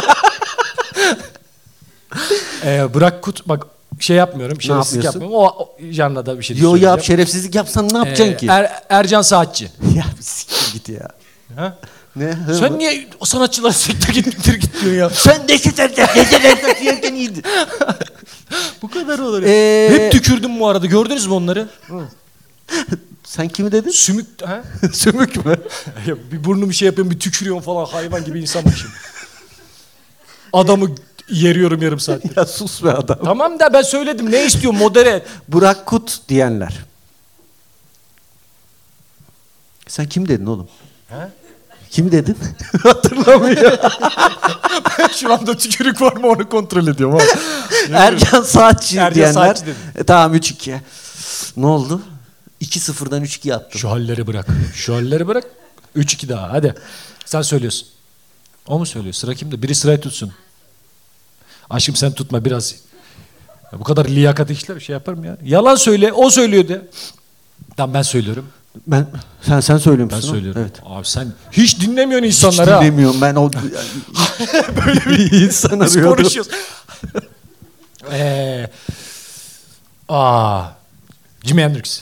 Burak Kut bak şey yapmıyorum. Şerefsizlik yapıyorsun? yapmıyorum. O janrada bir şey Yo söyleyeceğim. yap şerefsizlik yapsan ne yapacaksın ki? Ercan Saatçi. Ya bir siktir git ya. Ha? Ne? Sen niye o sanatçılar siktir git diyorsun ya? Sen de geceler yerken iyiydi. Bu kadar olur ya. Hep tükürdüm bu arada. Gördünüz mü onları? Sen kimi dedin? Sümük. Ha? Sümük mü? Ya bir burnum bir şey yapıyorum, bir tükürüyorum falan hayvan gibi insanmışım. Adamı yeriyorum yarım saattir. Ya sus be adam. Tamam da ben söyledim. Ne istiyorsun? Modere et. Burak Kut diyenler. Sen kim dedin oğlum? Ha? Kim dedin? Hatırlamıyor. Şu anda tükürük var mı onu kontrol ediyorum. Ha. Ercan Saatçi Ercan diyenler. Saatçi dedim. Tamam 3-2. Ne oldu? 2-0'dan 3-2 yaptım. Şu halleri bırak. Şu halleri bırak. 3-2 daha. Hadi. Sen söylüyorsun. O mu söylüyor? Sıra kimde? Biri sırayı tutsun. Aşkım sen tutma biraz. Ya bu kadar liyakat işler şey yaparım ya. Yalan söyle. O söylüyordu. Tamam ben söylüyorum. Sen söylüyor musun? Ben söylüyorum. Evet. Abi sen hiç dinlemiyorsun Hiç insanları ha. dinlemiyorum ben o böyle bir insan Biz arıyordum. konuşuyoruz. Jimi Hendrix.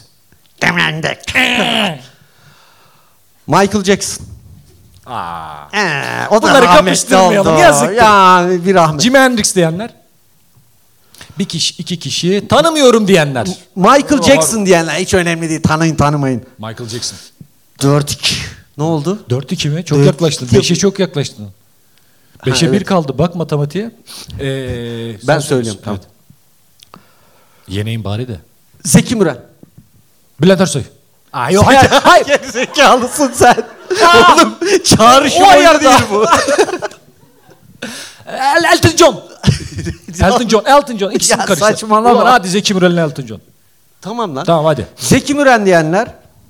Michael Jackson. O da Bunları rahmetli kapıştırmayalım, oldu. yazık. Ya bir rahmet. Jimi Hendrix diyenler. Bir kişi, iki kişi. Tanımıyorum diyenler. Michael Jackson diyenler hiç önemli değil. Tanıyın tanımayın. Michael Jackson. 4-2. Ne oldu? 4-2 mi? Çok 4-2. yaklaştın. 5'e çok yaklaştın. 5'e 1 evet. kaldı. Bak matematiğe. Ben söylüyorum. Tamam. Evet. Yeneyim bari de. Zeki Müren. Bülent Ersoy. Yok Hayır. hayır. Gerizekalısın sen. Oğlum çağrışım O oyunu ayarda. değil bu. Elton John. Elton John. İkisini Ya karıştır. saçmalama. Ulan hadi Zeki Müren'le Elton John. Tamam lan. Tamam hadi. Zeki Müren diyenler.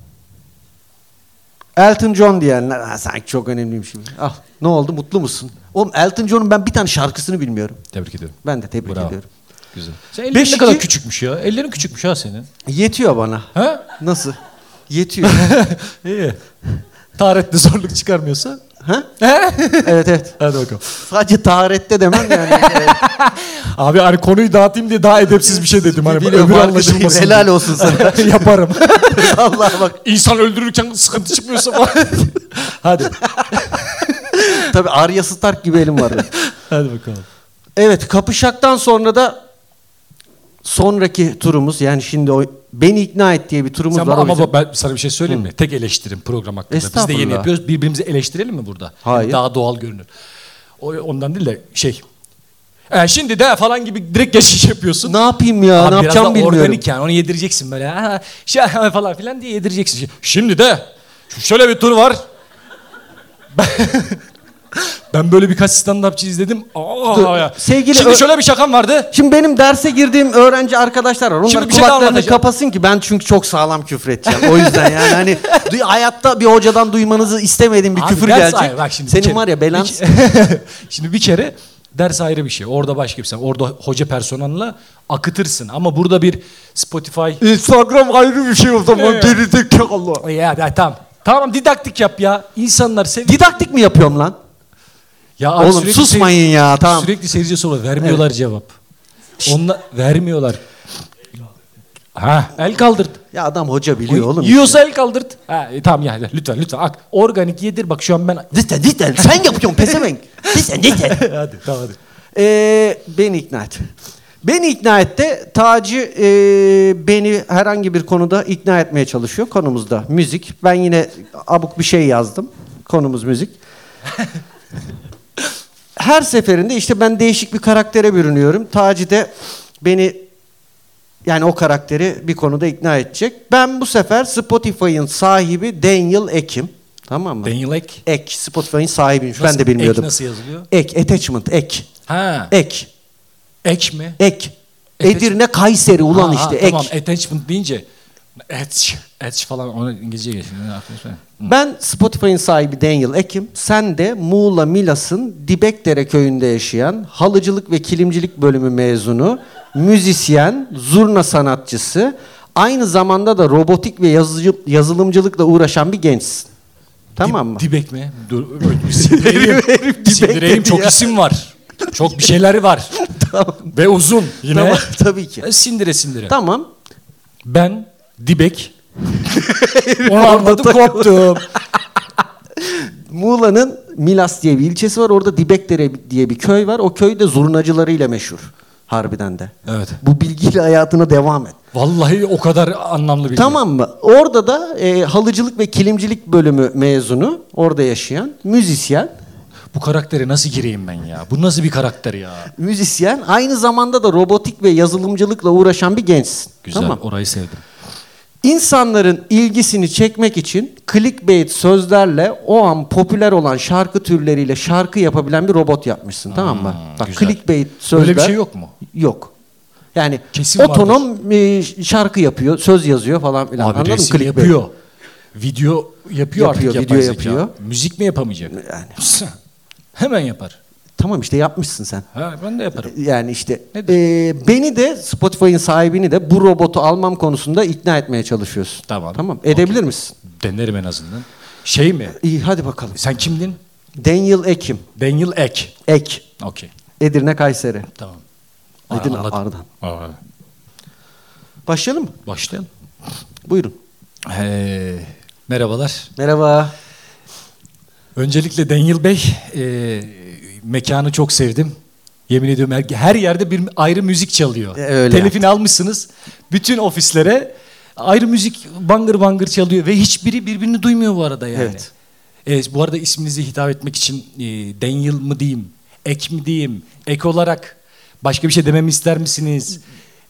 Elton John diyenler. Ha, sanki çok önemliymiş gibi. Ah, ne oldu, mutlu musun? Oğlum Elton John'un ben bir tane şarkısını bilmiyorum. Tebrik ediyorum. Ben de tebrik Bravo. ediyorum. Güzel. Sen ellerin Beş ne kadar iki- küçükmüş ya. Ellerin küçükmüş ha senin. Yetiyor bana. Ha? Nasıl? Yetiyor. İyi. Taharetli zorluk çıkarmıyorsa. Ha? Evet evet. Hadi bakalım. Sadece taharette demem yani. Abi hani konuyu dağıtayım diye daha edepsiz bir şey dedim. Hani Biliyorum, öbür farkındayım. anlaşılmasın. Helal olsun sana. diye. Yaparım. Allah bak. İnsan öldürürken sıkıntı çıkmıyorsa falan. Hadi. Tabii Arya Stark gibi elim var. Hadi bakalım. Evet, Kapışak'tan sonra da sonraki turumuz, yani şimdi o Beni İkna Et diye bir turumuz Sen var. o ama yüzden- ben sana bir şey söyleyeyim mi? Tek eleştirim program hakkında. Biz de Estağfurullah. yeni yapıyoruz. Birbirimizi eleştirelim mi burada? Hayır. Daha doğal görünür. Ondan değil de şey. Şimdi de falan gibi direkt geçiş yapıyorsun. Ne yapayım ya? Abi ne biraz yapacağımı da bilmiyorum. organik yani. Onu yedireceksin böyle. Ha, şey falan filan diye yedireceksin. Şimdi de şöyle bir tur var. Ben böyle birkaç stand-upçı izledim. Dur, Ya. sevgili Şimdi şöyle bir şakam vardı. Şimdi benim derse girdiğim öğrenci arkadaşlar var. Onlar Şimdi bir şey daha kulaklarını anlatacağım. kapasın ki ben çünkü çok sağlam küfür edeceğim. O yüzden yani hani hayatta bir hocadan duymanızı istemediğim bir Abi küfür ders gelecek. ayrı. Bak şimdi bir Senin kere- var ya belan. Şimdi bir kere ders ayrı bir şey. Orada başka bir şey. Orada hoca personanla akıtırsın. Ama burada bir Spotify... Instagram ayrı bir şey o zaman. Evet. Gerizekalı. Ya tamam. Tamam didaktik yap ya. İnsanlar seviyor. Didaktik mi yapıyorum lan? Ya abi Oğlum sürekli susmayın ya, tamam. Sürekli seyirciye soruyor. Vermiyorlar cevap. Onlar vermiyorlar. Ha, el kaldırt. Ya adam hoca biliyor oğlum. Yiyorsa el kaldırt. Ha, tamam ya lütfen. Organik yedir bak şu an ben... Cidden sen yapıyorsun pezevenk. Cidden. hadi tamam hadi. Beni ikna et. Beni ikna et de Taci beni herhangi bir konuda ikna etmeye çalışıyor. Konumuz da müzik. Ben yine abuk bir şey yazdım. Konumuz müzik. Her seferinde işte ben değişik bir karaktere bürünüyorum. Taci de beni, yani o karakteri bir konuda ikna edecek. Ben bu sefer Spotify'ın sahibi Daniel Ek'im. Tamam mı? Daniel Ek. Ek. Spotify'ın sahibiymiş. Nasıl- Ben de bilmiyordum. Ek nasıl yazılıyor? Ek. Attachment. Ek. Ha. Ek. Ek mi? Ek. Attach- Edirne, Kayseri ulan Ha, işte. Tamam Ek. attachment deyince etch falan onu İngilizce geçiyor. Ben Spotify'ın sahibi Daniel Ek'im. Sen de Muğla Milas'ın Dibekdere köyünde yaşayan halıcılık ve kilimcilik bölümü mezunu, müzisyen, zurna sanatçısı, aynı zamanda da robotik ve yazılımcılıkla uğraşan bir gençsin. Tamam mı? Dibek mi? Dur, sindireyim. Çok ya. isim var. Çok bir şeyleri var. Tamam. Ve uzun yine. Tamam, tabii ki. Sindire. Tamam. Ben Dibek. Onu anladım koptum. Muğla'nın Milas diye bir ilçesi var. Orada Dibekdere diye bir köy var. O köy de zurnacılarıyla meşhur. Harbiden de. Evet. Bu bilgiyle hayatına devam et. Vallahi o kadar anlamlı bir Tamam mı? Orada da halıcılık ve kilimcilik bölümü mezunu. Orada yaşayan müzisyen. Bu karaktere nasıl gireyim ben ya? Bu nasıl bir karakter ya? Müzisyen. Aynı zamanda da robotik ve yazılımcılıkla uğraşan bir gençsin. Güzel. Tamam. Orayı sevdim. İnsanların ilgisini çekmek için clickbait sözlerle o an popüler olan şarkı türleriyle şarkı yapabilen bir robot yapmışsın. Tamam mı? Bak güzel. clickbait sözler. Öyle bir şey yok mu? Yok. Yani Kesin otonom şarkı yapıyor, söz yazıyor falan filan. Abi Anladın mı? resim Clickbait. yapıyor. Video yapıyor artık Yapıyor, yapay video zeka. yapıyor. Müzik mi yapamayacak? Yani. Hemen yapar. Tamam işte yapmışsın sen. Ha, ben de yaparım. Yani işte Nedir? beni de Spotify'ın sahibini de bu robotu almam konusunda ikna etmeye çalışıyorsun. Tamam. Tamam. Edebilir Okey. misin? Denerim en azından. Şey mi? İyi hadi bakalım. Sen kimdin? Daniel Ekim. Daniel Ek. Ek. Okey. Edirne Kayseri. Tamam. Edirne Anladım. Ardahan. Aa, Başlayalım mı? başlayalım. Buyurun. Merhabalar. Merhaba. Öncelikle Daniel Bey, mekanı çok sevdim. Yemin ediyorum her yerde bir ayrı müzik çalıyor. Öyle Telifini almışsınız. Bütün ofislere ayrı müzik bangır bangır çalıyor ve hiçbiri birbirini duymuyor bu arada yani. Evet. Bu arada isminizi hitap etmek için Daniel mı diyeyim, Ek mi diyeyim, Ek olarak başka bir şey dememi ister misiniz?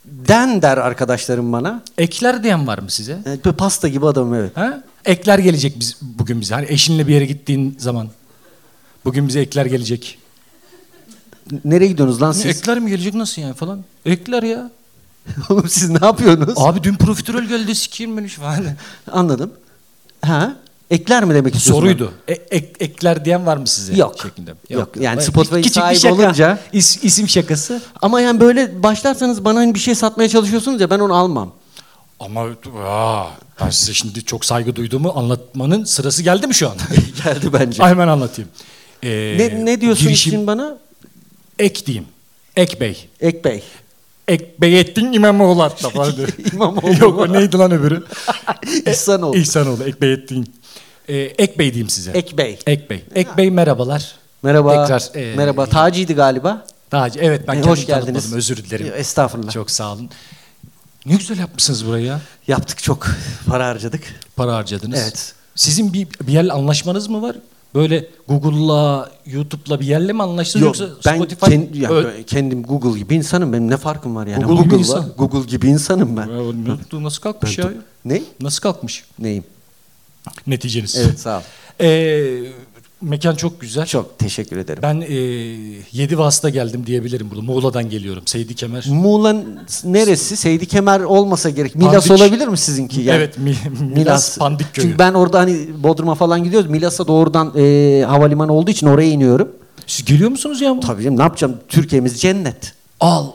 Den der arkadaşlarım bana. Ekler diyen var mı size? Böyle pasta gibi adamım, evet. Ha? Ekler gelecek bugün bize. Hani eşinle bir yere gittiğin zaman. Bugün bize ekler gelecek. Nereye gidiyorsunuz lan siz? Ekler mi gelecek nasıl yani falan? Ekler ya. Oğlum siz ne yapıyorsunuz? Abi dün profiterol geldi sikeyim beni falan. Anladım. Ha? Ekler mi demek istiyorsun? Soruydu. Ekler diyen var mı size? Yok. Şeklinde. Yok. Yani Küçük Spotify bir sahibi şaka. olunca. İsim şakası. Ama yani böyle başlarsanız bana hani bir şey satmaya çalışıyorsunuz ya, ben onu almam. Ama ben size şimdi çok saygı duyduğumu anlatmanın sırası geldi mi şu an? Geldi bence. Hemen anlatayım. Ne diyorsun girişim- şimdi bana? Ek diyeyim. Ek Bey. Ek Bey. Ek Beyettin İmamoğlu hatta vardı. İmamoğlu. Yok o neydi lan öbürü? İhsanoğlu. İhsanoğlu. Ek Beyettin. Ek Bey diyeyim size. Ek Bey. Ek Bey. Ek Bey merhabalar. Merhaba. Tekrar, Merhaba. Taci'ydi galiba. Taci. Evet ben Hoş kendimi geldiniz. tanıtmadım. Özür dilerim. Estağfurullah. Çok sağ olun. Ne güzel yapmışsınız burayı ya. Yaptık, çok para harcadık. Para harcadınız. Evet. Sizin bir yerle anlaşmanız mı var? Böyle Google'la, YouTube'la bir yerle mi anlaştınız Yok, yoksa ben Spotify? kendim Google gibi insanım. Benim ne farkım var yani? Google gibi Google'la, insan. Google gibi insanım ben. Nasıl kalkmış ya? Ne? Nasıl kalkmış? Neyim? Neticeniz. Evet, sağ ol. Mekan çok güzel. Çok teşekkür ederim. Ben 7 vasıta geldim diyebilirim burada. Muğla'dan geliyorum. Seydi Kemer. Muğla neresi? Seydi Kemer olmasa gerek. Milas Pandik. olabilir mi sizinki? Yani? Evet. Milas Pandik Köyü. Çünkü ben orada hani Bodrum'a falan gidiyoruz. Milas'a doğrudan havalimanı olduğu için oraya iniyorum. Siz geliyor musunuz ya? Tabii canım, ne yapacağım? Türkiye'miz cennet. Allah.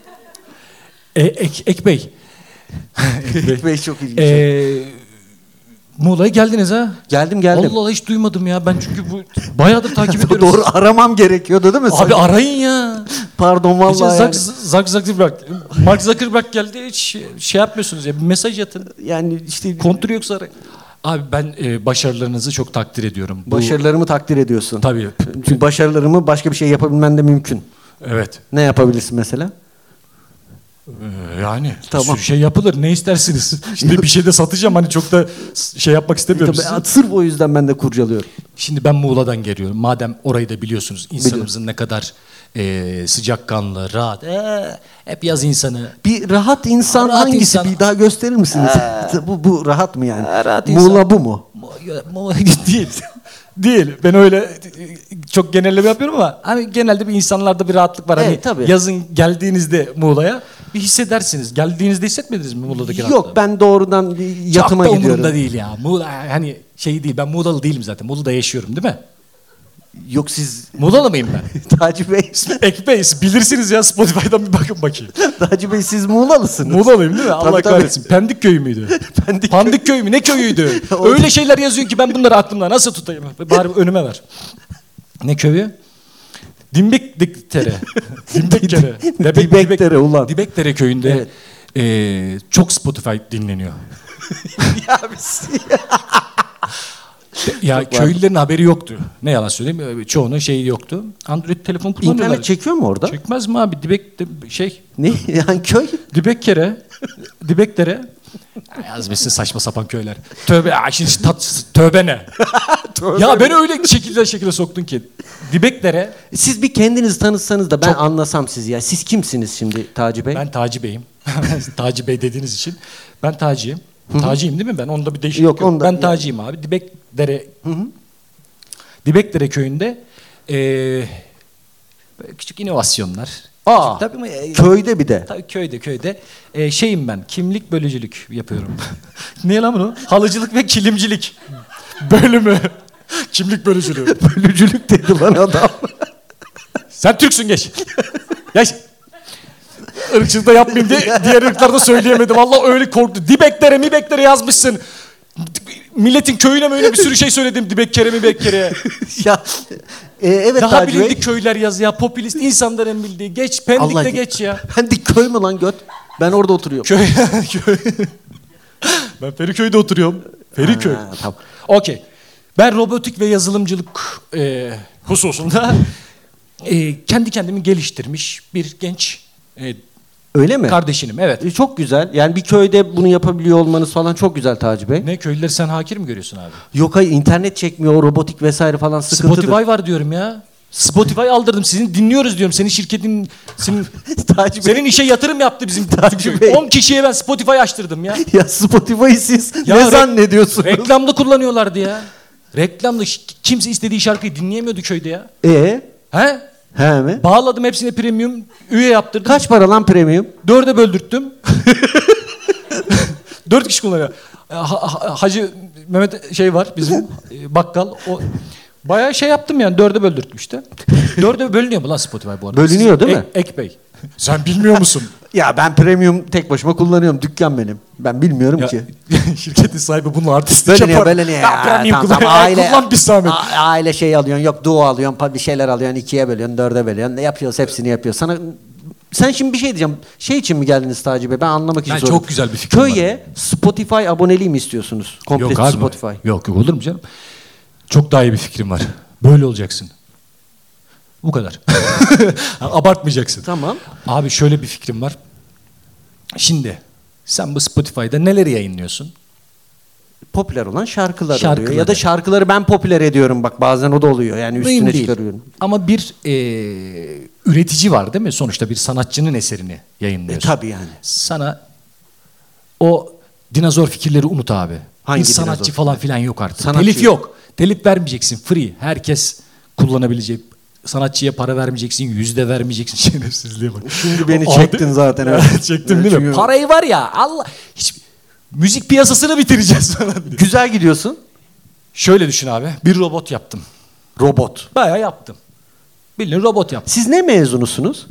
Ek Bey. Ek Bey çok ilginç. Muğla'ya geldiniz ha? Geldim. Allah Allah hiç duymadım ya. Ben çünkü bu bayağıdır takip ediyorum. Doğru aramam gerekiyordu değil mi? Abi arayın ya. Pardon vallahi. Geçen Zuckerberg. Mark Zuckerberg geldi hiç şey yapmıyorsunuz ya. Bir mesaj atın. Yani işte Kontürü yoksa arayın. Abi ben başarılarınızı çok takdir ediyorum. başarılarımı takdir ediyorsun. Tabii. Çünkü başarılarımı başka bir şey yapabilmen de mümkün. Evet. Ne yapabilirsin mesela? Yani Tamam. bir sürü şey yapılır. Ne istersiniz? Şimdi bir şey de satacağım. Hani çok da şey yapmak istemiyorum. Tabii, sizi. sırf o yüzden ben de kurcalıyorum. Şimdi ben Muğla'dan geliyorum. Madem orayı da biliyorsunuz. İnsanımızın ne kadar sıcakkanlı, rahat. Hep yaz insanı. Bir rahat insan Rahat hangisi? insan. Bir daha gösterir misiniz? Bu rahat mı yani? Rahat Muğla insan. bu mu? Değil. Değil. Ben öyle çok genelleme yapıyorum ama hani genelde bir insanlarda bir rahatlık var. Evet, Hani tabii. yazın geldiğinizde Muğla'ya bir hissedersiniz. Geldiğinizde hissetmediniz mi Muğla'daki rahatlığı? Yok, ben doğrudan bir yatıma çok da gidiyorum. umurumda değil ya. Muğla hani şey değil. Ben Muğla'lı değilim zaten. Muğla'da yaşıyorum değil mi? Yok, siz Muğla'lı mıyım ben? Taci Bey. Ekbey bilirsiniz ya, Spotify'dan bir bakın bakayım. Taci Bey, siz Muğlalısınız. Muğla'lıyım değil mi? Allah Tabii, tabii. kahretsin. Pendik köyü müydü? Pandik köyü mü? Ne köyüydü? O- Öyle şeyler yazıyor ki ben bunları aklımda nasıl tutayım? Bari önüme ver. Ne köyü? Dimbekdere. Dimbekdere. Dibekdere ulan. Dibekdere köyünde çok Spotify dinleniyor. Ya biz- Ya Çok var. köylülerin haberi yoktu. Ne yalan söyleyeyim. Çoğunun şeyi yoktu. Android telefon kullanıyorlar. İnternet çekiyor mu orada? Çekmez mi abi? Ne? Yani köy? Dibekdere. Yazmışsın saçma sapan köyler. Tövbe, şimdi tövbe ne? Ya beni öyle şekilde soktun ki. Dibekdere. Siz bir kendinizi tanıtsanız da ben Çok- anlasam siz ya. Siz kimsiniz şimdi Taci Bey? Ben Taci Bey'im. Taci Bey dediğiniz için. Ben Taci'yim. Taci'yim değil mi ben? Onda bir değişiklik Yok, yok. onda- Ben Taci'yim abi. Dibekdere köyünde böyle küçük inovasyonlar. Aa, Tabii mi? köyde bir de. Tabii köyde. Şeyim ben, kimlik bölücülük yapıyorum. Ne lan bunu? Halıcılık ve kilimcilik bölümü. Kimlik bölücülüğü. Bölücülük dedi lan adam. Sen Türksün, geç. Geç. Irkçılık da yapmayayım diye diğer ırklarda söyleyemedim. Vallahi öyle korktu. Dibekdere yazmışsın. Milletin köyüne öyle bir sürü şey söyledim. Dibekkere'ye. Ya evet Daha Taci Bey. bilindik köyler yaz ya. Popülist insanların bildiği. Geç. Pendik'te Allah- geç ya. Pendik köy mü lan göt? Ben orada oturuyorum. Köy. Ben Feriköy'de oturuyorum. Feriköy. Ha, tamam. Okey. Ben robotik ve yazılımcılık hususunda kendi kendimi geliştirmiş bir genç Öyle mi? kardeşinim. Evet. Çok güzel. Yani bir köyde bunu yapabiliyor olmanız falan çok güzel Taci Bey. Ne, köylüleri sen hakir mi görüyorsun abi? Yok hayır, internet çekmiyor, o robotik vesaire falan sıkıntıdır. Spotify var diyorum ya. Spotify aldırdım. Sizin dinliyoruz diyorum. Senin şirketin Taci Bey. senin işe yatırım yaptı bizim. Taci Bey. 10 kişiye ben Spotify açtırdım ya. Ya Spotify'ı siz Ya ne zannediyorsunuz? Reklamda kullanıyorlardı ya. Reklamda kimse istediği şarkıyı dinleyemiyordu köyde ya. He? He mi? Bağladım hepsine premium üye yaptırdım. Kaç para lan premium? 4'e böldürttüm. 4 kişi kullanıyor. Hacı Mehmet şey var bizim bakkal. O bayağı şey yaptım yani 4'e böldürttüm işte. 4'e bölünüyor mu lan Spotify bu arada? Bölünüyor değil mi? Ek Bey. Sen bilmiyor musun? Ya ben premium tek başıma kullanıyorum. Dükkan benim. Ben bilmiyorum Ya, ki. şirketin sahibi bunu artistlik Böyle yapar. niye böyle niye ya? Premium Tamam, kullan. aile, Kullan bir zahmet. aile şey alıyorsun. Yok duo alıyorsun. Bir şeyler alıyorsun. 2'ye bölüyorsun. 4'e bölüyorsun. Ne yapıyoruz? Hepsini yapıyoruz. Sen şimdi bir şey diyeceğim. Şey için mi geldiniz Taci Bey? Ben anlamak için Yani sordum. çok güzel bir fikrim var. Köye Spotify aboneliği mi istiyorsunuz? Komple Yok abi. Spotify. Yok olur mu canım? Çok daha iyi bir fikrim var. Böyle olacaksın. Bu kadar. Abartmayacaksın. Tamam. Abi şöyle bir fikrim var. Şimdi sen bu Spotify'da neleri yayınlıyorsun? Popüler olan şarkılar Şarkıları. oluyor. Ya da şarkıları ben popüler ediyorum bak. Bazen o da oluyor. Yani Mühim üstüne değil. çıkarıyorum. Ama bir üretici var değil mi? Sonuçta bir sanatçının eserini yayınlıyorsun. Tabii yani. Sana o dinozor fikirleri unut abi. Hangi Bir sanatçı dinozor? falan filan yok artık. Sanatçı Telif yok. yok. Telif vermeyeceksin. Free. Herkes kullanabilecek. Sanatçıya para vermeyeceksin. Yüzde vermeyeceksin. Şerefsizliğe bak. Şimdi beni Abi- çektin zaten. Evet, çektim değil mi? Çünkü- Parayı var ya Allah. Hiç, müzik piyasasını bitireceğiz falan diye. Güzel gidiyorsun. Şöyle düşün abi. Bir robot yaptım. Robot. Bayağı yaptım. Bildiğin robot yaptım. Siz ne mezunusunuz?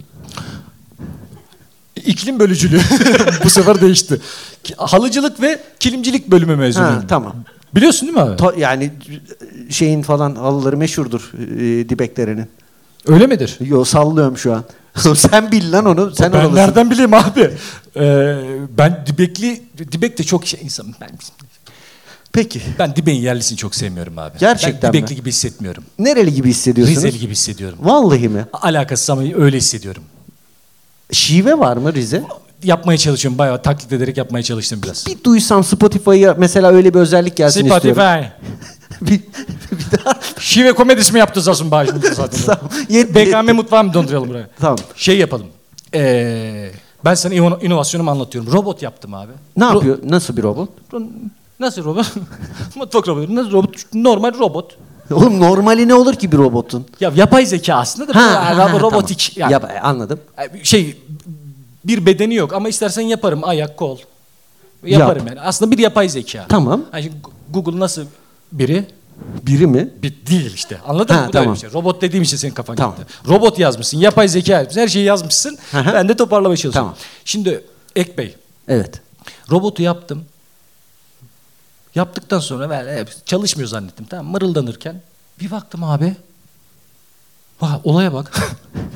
İklim bölücülüğü. Bu sefer değişti. Halıcılık ve kilimcilik bölümü mezunuyum. Ha, tamam. Biliyorsun değil mi abi? Yani şeyin falan halıları meşhurdur Dibeklere'nin. Öyle midir? Yo sallıyorum şu an. Sen bil lan onu. Sen Ben oralısın. nereden bileyim abi? Ben Dibek de çok şey insan. Peki. Ben Dibek'in yerlisini çok sevmiyorum abi. Gerçekten ben Dibekli mi? gibi hissetmiyorum. Nereli gibi hissediyorsunuz? Rizeli gibi hissediyorum. Vallahi mi? Alakasız ama öyle hissediyorum. Şive var mı Rize? Yapmaya çalışıyorum. Bayağı taklit ederek yapmaya çalıştım biraz. Bir duysam Spotify'ya mesela öyle bir özellik gelsin istiyorum. Spotify. bir daha. Şive komedisi mi yaptı Zasun Bağcı'nın zaten? Tamam. BKM mutfağı mı döndürelim buraya? Tamam. Şey yapalım. Ben sana inovasyonumu anlatıyorum. Robot yaptım abi. Ne yapıyor? Nasıl bir robot? Nasıl robot? Mutfak robotu. Nasıl robot? Normal robot. Oğlum normali ne olur ki bir robotun? Ya yapay zeka aslında da robotik. Tamam. Yani. Anladım. Şey bir bedeni yok ama istersen yaparım ayak kol. Yaparım yani. Aslında bir yapay zeka. Tamam. Yani şimdi Google nasıl biri? Biri mi? Bir değil işte. Anladın mı? Bu da Tamam. öyle bir şey. Robot dediğim için senin kafan Tamam. gitti. Robot yazmışsın, yapay zeka yazmışsın, her şeyi yazmışsın. Hı hı. Ben de toparlamaya çalışıyorum. Tamam. Şimdi Ek Bey, Evet. robotu yaptım. Yaptıktan sonra ben çalışmıyor zannettim. Tamam mırıldanırken bir baktım abi. Vay, olaya bak.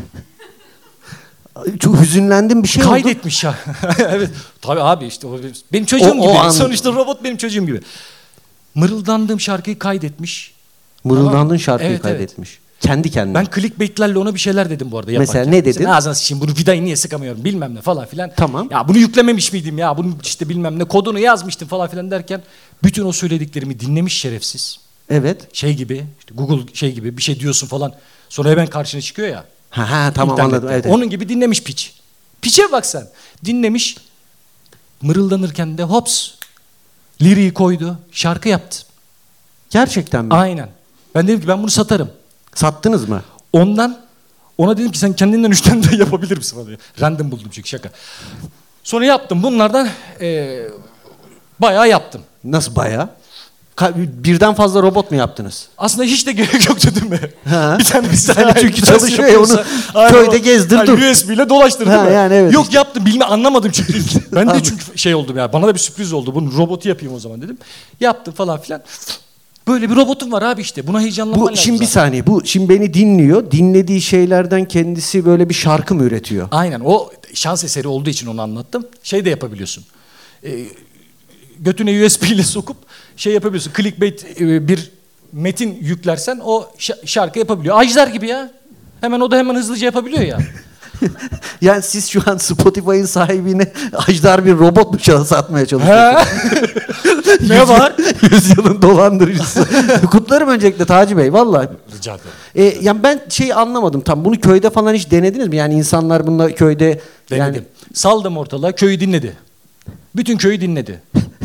Çok hüzünlendim bir şey oldu. Kaydetmiş ya. Evet. Tabii abi işte benim çocuğum O gibi. an- Sonuçta robot benim çocuğum gibi. Mırıldandığım şarkıyı kaydetmiş. Mırıldandın Tamam. şarkıyı Evet, kaydetmiş. Kendi kendine. Ben clickbait'lerle ona bir şeyler dedim bu arada yaparken. Mesela ne dedin? Senin ağzına sıçayım bunu vidayı niye sıkamıyorum bilmem ne falan filan. Tamam. Ya bunu yüklememiş miydim ya bunu işte bilmem ne kodunu yazmıştım falan filan derken bütün o söylediklerimi dinlemiş şerefsiz. Evet. Şey gibi işte Google şey gibi bir şey diyorsun falan sonra hemen karşına çıkıyor ya. Ha tamam internette. anladım. Evet. Onun gibi dinlemiş piç. Piçe bak sen. Dinlemiş mırıldanırken de hops liriği koydu şarkı yaptı. Gerçekten mi? Aynen. Ben dedim ki ben bunu satarım. Sattınız mı? Ona dedim ki sen kendinden 3 tane de yapabilir misin falan diye. Random buldum çünkü şaka. Sonra yaptım bunlardan bayağı yaptım. Nasıl bayağı? Birden fazla robot mu yaptınız? Aslında hiç de gerek yoktu değil mi? Ha. Bir tane çünkü çalışıyor ya, onu köyde gezdir dur. USB ile dolaştır değil Ha, mi? yani evet Yok işte. yaptım anlamadım çünkü. Ben de çünkü şey oldum ya bana da bir sürpriz oldu. Bunu robotu yapayım o zaman dedim. Yaptım falan filan. Böyle bir robotum var abi işte. Buna heyecanlanman lazım. Şimdi bir zaten. saniye. Bu şimdi beni dinliyor. Dinlediği şeylerden kendisi böyle bir şarkı mı üretiyor? Aynen o şans eseri olduğu için onu anlattım. Şey de yapabiliyorsun. Götüne USB ile sokup şey yapabiliyorsun. Clickbait bir metin yüklersen o şarkı yapabiliyor. Ajdar gibi ya. Hemen o da hemen hızlıca yapabiliyor ya. Yani siz şu an Spotify'ın sahibine ajdar bir robot mu satmaya çalışıyorsunuz? Ne var? Yüzyılın dolandırıcısı. Kutlarım öncelikle Taci Bey vallahi. Rica ederim. Yani ben anlamadım tam. Bunu köyde falan hiç denediniz mi? Yani insanlar bununla köyde Denedim. yani Saldım ortalığa, köyü dinledi. Bütün köyü dinledi.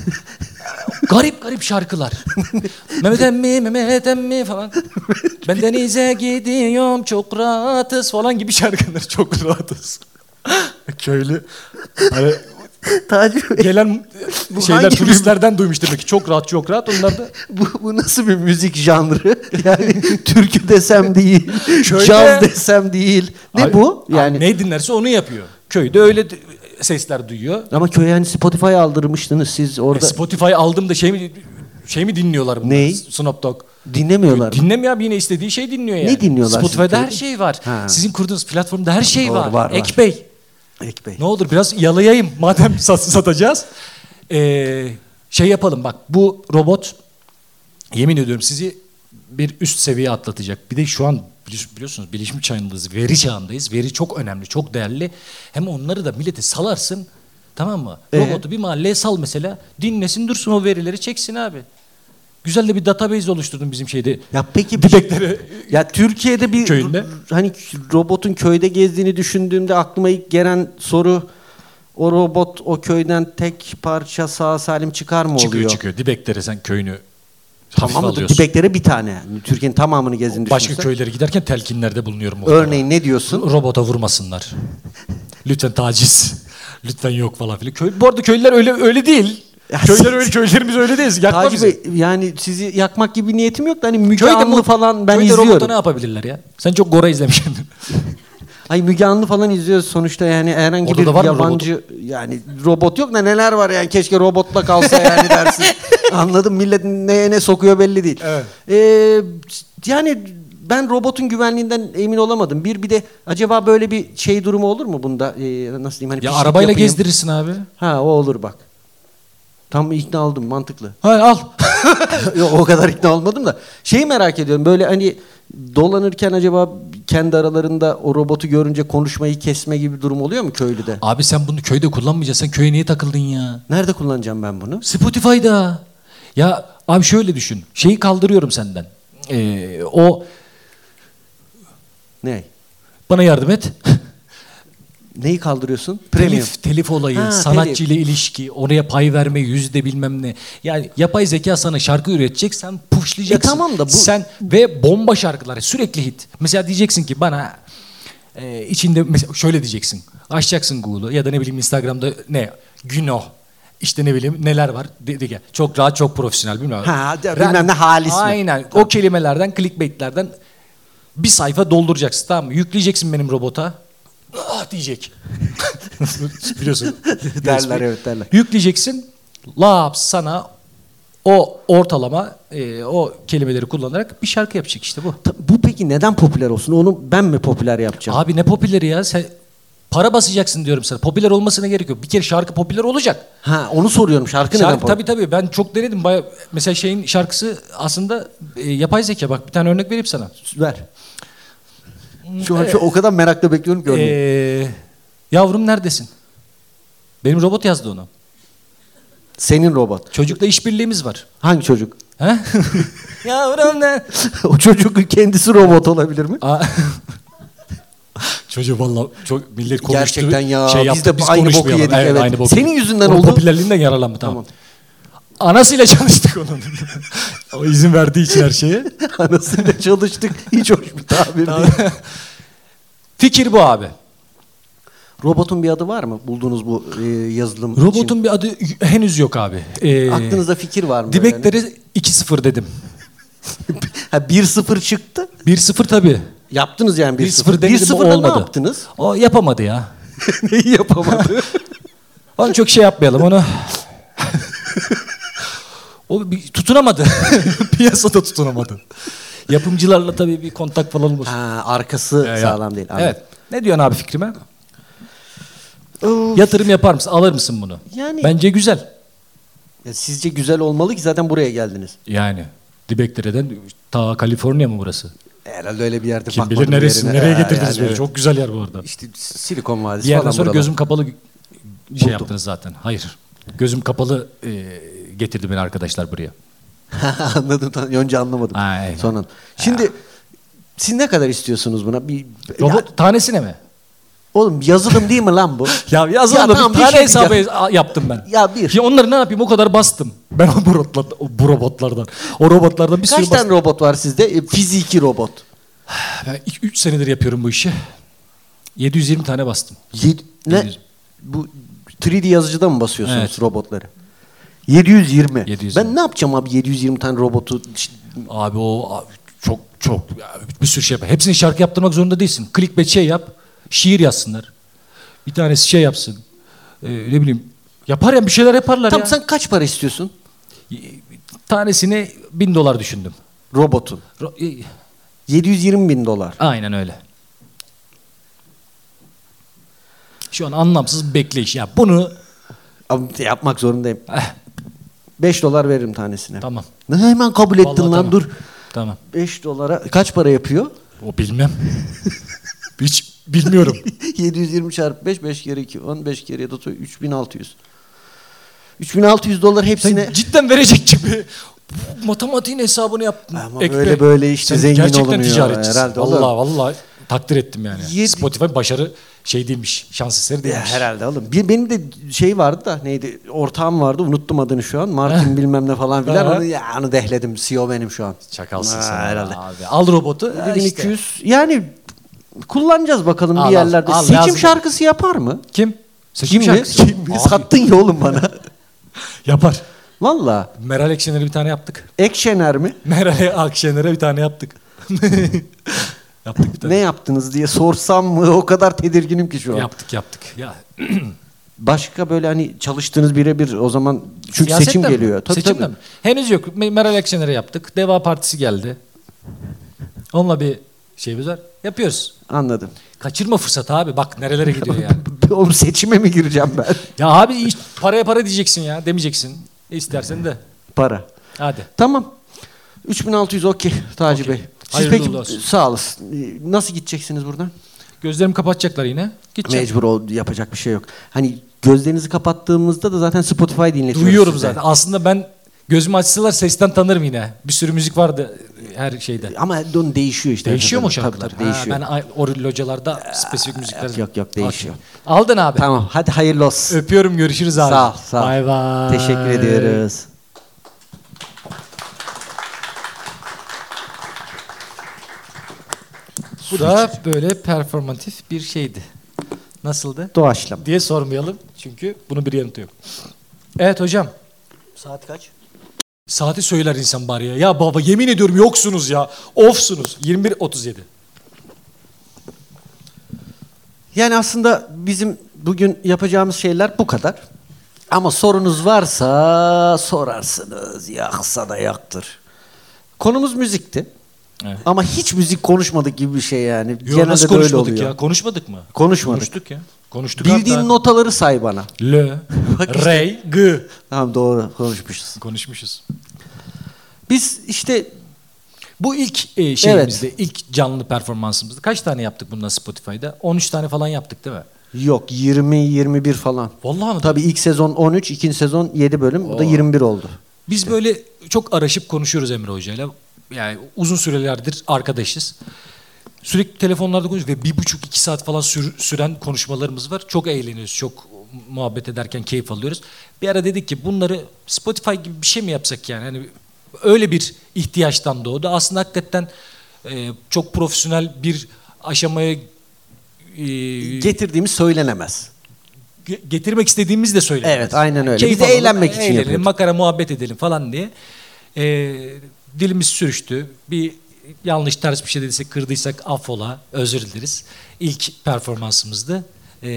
Garip garip şarkılar. Mehmet emmi falan. Ben denize gidiyorum çok rahatız falan gibi şarkılar. Çok rahatız. Köylü hani Taci Bey gelen Bu şeyler hangi turistlerden duymuş demek ki çok rahat çok rahat. Onlar da bu nasıl bir müzik janrı? Yani türkü desem değil, Köyde- caz desem değil. Ne Ay- bu? Yani Yani ne dinlerse onu yapıyor. Köyde öyle sesler duyuyor. ama köye yani Spotify'a aldırmıştınız siz orada. Spotify aldım da şey mi dinliyorlar bunlar? Ney? Snoop Dogg. Dinlemiyorlar. Dinlemiyor abi, yine istediği şey dinliyor yani. Ne dinliyorlar Spotify'da sizin her köyde? şey var. Ha. Sizin kurduğunuz platformda her şey Doğru, var. var. Ek Bey. Ek Bey. Ne olur biraz yalayayım madem satacağız. Şey yapalım bak, bu robot yemin ediyorum sizi bir üst seviye atlatacak. Bir de şu an biliyorsunuz bilişim çağındayız, veri çağındayız. Veri çok önemli, çok değerli. Hem onları da millete salarsın, tamam mı? Robotu bir mahalleye sal mesela, dinlesin dursun, o verileri çeksin abi. Güzel de bir database oluşturdum bizim şeyde. Ya peki Dibekleri ya Türkiye'de bir köyünde. hani robotun köyde gezdiğini düşündüğümde aklıma ilk gelen soru, o robot o köyden tek parça sağ salim çıkar mı çıkıyor oluyor? çıkıyor. Dibekleri sen köyünü hafife Tamam mı? alıyorsun. Dibekleri bir tane. Yani Türkiye'nin tamamını gezdiğini Başka düşünürsen. köylere giderken telkinlerde bulunuyorum. Örneğin ne diyorsun? Robota vurmasınlar. Lütfen taciz. Lütfen yok falan filan. Bu arada köylüler öyle değil. Köylerimiz öyle değil. Yakma Taci bizi. Bey, yani sizi yakmak gibi niyetim yok da hani Müge Köyde Anlı falan ben köyde robota izliyorum. ne yapabilirler ya? Sen çok Gora izlemişsin. Ay Müge Anlı falan izliyoruz sonuçta, yani herhangi Orada da bir var mı yabancı yani robot yok da neler var yani, keşke robotla kalsa yani dersin. Anladım, millet ne sokuyor belli değil. Evet. Yani ben robotun güvenliğinden emin olamadım. Bir de acaba böyle bir şey durumu olur mu bunda? Nasıl diyeyim, hani Ya pişlik arabayla yapayım. gezdirirsin abi. Ha, o olur bak. Tam ikna oldum, mantıklı. Hayır al. Yok, o kadar ikna olmadım da. Şeyi merak ediyorum, böyle hani dolanırken acaba kendi aralarında o robotu görünce konuşmayı kesme gibi bir durum oluyor mu köylüde? Abi sen bunu köyde kullanmayacaksın. Sen köye niye takıldın ya? Nerede kullanacağım ben bunu? Spotify'da. Ya abi şöyle düşün. Şeyi kaldırıyorum senden. O Ne? bana yardım et. Neyi kaldırıyorsun? Premium. Telif olayı, Ha, sanatçı ile ilişki, oraya pay verme, yüzde bilmem ne. Yani yapay zeka sana şarkı üretecek, sen puşlayacaksın. Tamam da bu... Sen ve bomba şarkılar, sürekli hit. Mesela diyeceksin ki bana içinde mesela şöyle diyeceksin. Açacaksın Google'u ya da ne bileyim Instagram'da ne? Günah. İşte ne bileyim neler var. Dedi ki çok rahat, çok profesyonel bilmem. Ha, bilmem ne halis mi? Aynen. O kelimelerden, clickbait'lerden bir sayfa dolduracaksın, tamam mı? Yükleyeceksin benim robota. Ah diyecek. Biliyorsun. Derler, evet derler. Yükleyeceksin. Laps sana o ortalama o kelimeleri kullanarak bir şarkı yapacak işte bu. Bu peki neden popüler olsun? Onu ben mi popüler yapacağım? Abi ne popüleri ya? Sen para basacaksın diyorum sana. Popüler olmasına gerek yok. Bir kere şarkı popüler olacak. Ha, onu soruyorum. Şarkı neden popüler? Tabii ben çok denedim. Mesela şeyin şarkısı aslında yapay zeka. Bak bir tane örnek vereyim sana. Ver. Şu an o kadar merakla bekliyorum ki örneği. Yavrum neredesin? Benim robot yazdı onu. Senin robot. Çocukla işbirliğimiz var. Hangi çocuk? He? Yavrum ne? O çocuk kendisi robot olabilir mi? Çocuğu vallahi çok millet konuştu. Gerçekten ya, Şey biz yaptı, de aynı boku konuşmayalım. yedik, evet. Aynı boku Senin yedik. yüzünden Onun oldu. popülerliğinden yaralanma tamam. Anasıyla çalıştık onun. O izin verdiği için her şeye. Anasıyla çalıştık. Hiç hoş bir tabir değil. Fikir bu abi. Robotun bir adı var mı? Bulduğunuz bu yazılım için. Robotun bir adı henüz yok abi. Aklınızda fikir var mı? Dibekleri 2-0 dedim. Ha, 1-0 çıktı. 1-0 tabii. Yaptınız yani 1-0. 1-0 denedim, 1-0'da olmadı. ne yaptınız? O yapamadı ya. Neyi yapamadı? Onu çok şey yapmayalım onu. O bir tutunamadı. Piyasada tutunamadı. Yapımcılarla tabii bir kontak falan olur. Ha, arkası sağlam değil. Anladım. Evet. Ne diyorsun abi fikrime? Yatırım yapar mısın? Alır mısın bunu? Yani- Bence güzel. Ya sizce güzel olmalı ki zaten buraya geldiniz. Yani Dibeklere'den ta Kaliforniya mı burası? Herhalde öyle bir yerde Kim bakmadım bilir neresi? yerine. Nereye Ha, getirdiniz yani beni? evet. Çok güzel yer bu arada. İşte Silikon Vadisi Bir yerden falan sonra buralar. gözüm kapalı şey yaptınız zaten. Hayır. Gözüm kapalı getirdi beni arkadaşlar buraya. Anladım. Önce anlamadım. Ha, evet. Sonra. Şimdi siz ne kadar istiyorsunuz buna? Robot tanesine mi? Oğlum yazılım değil mi lan bu? Ya yazılımda Ya tamam, bir bir tane şey hesabı diyeceğim. yaptım ben. Ya bir. Ya onları ne yapayım, o kadar bastım. Ben bu robotlardan. O robotlardan bir Kaç sürü tane bastım. robot var sizde? Fiziki robot. Ben 3 senedir yapıyorum bu işi. 720 tane bastım. Ne? 700. Bu 3D yazıcıda mı basıyorsunuz Evet. robotları? 720. 720. Ben ne yapacağım abi 720 tane robotu? Abi çok bir sürü şey yap. Hepsini şarkı yaptırmak zorunda değilsin. Clickbait şey yap. Şiir yazsınlar. Bir tanesi şey yapsın. Ne bileyim. Yapar ya, bir şeyler yaparlar Tam ya. sen kaç para istiyorsun Tanesini $1000 düşündüm. robotun? 720 bin dolar. Aynen öyle. Şu an anlamsız bir bekleyiş. Ya bunu Abi yapmak zorundayım. eh, 5 dolar veririm tanesine. tamam. Ne hemen kabul ettin Vallahi lan tamam. dur. Tamam. 5 dolara kaç para yapıyor? O bilmem. Hiç bilmiyorum. 720 çarpı 5, 5 kere 2, 10, 5 kere 7, 3600. 3600 dolar hepsine. Sen cidden verecek gibi. Matematiğin hesabını yaptın. Ama böyle işte Sen zengin gerçekten olunuyor ticaretçisin. herhalde, oğlum. Vallahi takdir ettim yani. Yedi- Spotify başarı şey değilmiş. Şans eseri Ya değilmiş. herhalde oğlum. Benim de şey vardı da neydi? Ortağım vardı. Unuttum adını şu an. Martin bilmem ne falan filan. Ha. Onu dehledim. CEO benim şu an. Çakalsın Ha, sen herhalde. abi. Al robotu. 7200. Yani kullanacağız bakalım Al, bir yerlerde. al, Seçim lazım. şarkısı yapar mı? Kim? Seçim Kim mi? şarkısı. Kim mi? Abi, Sattın ya oğlum bana. yapar. Valla. Meral Akşener'e bir tane yaptık. Ekşener mi? Meral Akşener'e bir tane yaptık. Yaptık bir tane. Ne yaptınız diye sorsam mı? O kadar tedirginim ki şu an. Yaptık. Ya Başka böyle hani çalıştığınız birebir o zaman çünkü siyasetten seçim mi? geliyor. Tabii, Seçimden tabii. mi? Henüz yok. Meral Akşener'e yaptık. Deva Partisi geldi. Onunla bir şeyimiz var. Yapıyoruz. Anladım. Kaçırma fırsatı abi. Bak nerelere gidiyor yani. Oğlum seçime mi gireceğim ben? Ya abi paraya para diyeceksin ya. Demeyeceksin. İstersen de. Para. Hadi. Tamam. 3600 okey Taci Okey. Bey. Siz Hayırlı peki uğurlu olsun. sağ olasın. Nasıl gideceksiniz buradan? Gözlerimi kapatacaklar yine. Gideceğim. Mecbur yapacak bir şey yok. Hani gözlerinizi kapattığımızda da zaten Spotify dinletiyoruz. Duyuyorum size. zaten. Aslında ben gözümü açsalar sesten tanırım yine. Bir sürü müzik vardı her şeyde. Ama onun değişiyor işte. Değişiyor mu Tabii, şarkılar? tabii, değişiyor. Ben o localarda spesifik müzikler... Yok, değişiyor. Okey. Aldın abi. Tamam hadi hayırlı olsun. Öpüyorum, görüşürüz abi. Sağ ol. Bay bay. Teşekkür ediyoruz. Bu da böyle performatif bir şeydi. Nasıldı? Doğaçlama. Diye sormayalım çünkü bunun bir yanıtı yok. Evet hocam. Saat kaç? Saati söyler insan bari ya. Ya baba yemin ediyorum yoksunuz ya. Offsunuz. 21.37. Yani aslında bizim bugün yapacağımız şeyler bu kadar. Ama sorunuz varsa sorarsınız. Yaksa da yaktır. Konumuz müzikti. Evet. Ama hiç müzik konuşmadık gibi bir şey yani. Yo, Genelde nasıl de öyle konuşmadık oluyor. ya? Konuşmadık mı? Konuşmadık. Konuştuk ya. Konuştuk Bildiğin hatta. notaları say bana. L, Bak işte. R, G. Tamam doğru konuşmuşuz. Konuşmuşuz. Biz işte Bu ilk şeyimizde, ilk canlı performansımızda. Kaç tane yaptık bundan Spotify'da? 13 tane falan yaptık değil mi? yok 20-21 falan. Vallahi mi? Tabii ilk sezon 13, ikinci sezon 7 bölüm. O da 21 oldu. Biz böyle çok araşıp konuşuyoruz Emre Hoca'yla. Yani uzun sürelerdir arkadaşız. Sürekli telefonlarda konuşuyoruz ve 1,5-2 saat falan süren konuşmalarımız var. Çok eğleniyoruz, çok muhabbet ederken keyif alıyoruz. Bir ara dedik ki bunları Spotify gibi bir şey mi yapsak yani? Hani öyle bir ihtiyaçtan doğdu. Aslında hakikaten çok profesyonel bir aşamaya Getirdiğimiz söylenemez. getirmek istediğimiz de söylenemez. Evet, aynen öyle. Keyif Biz de alalım, eğlenmek için eğlenelim, yapıyoruz. makara muhabbet edelim falan diye. Dilimiz sürüştü. Bir yanlış ters bir şey dediysek, kırdıysak affola, özür dileriz. İlk performansımızdı.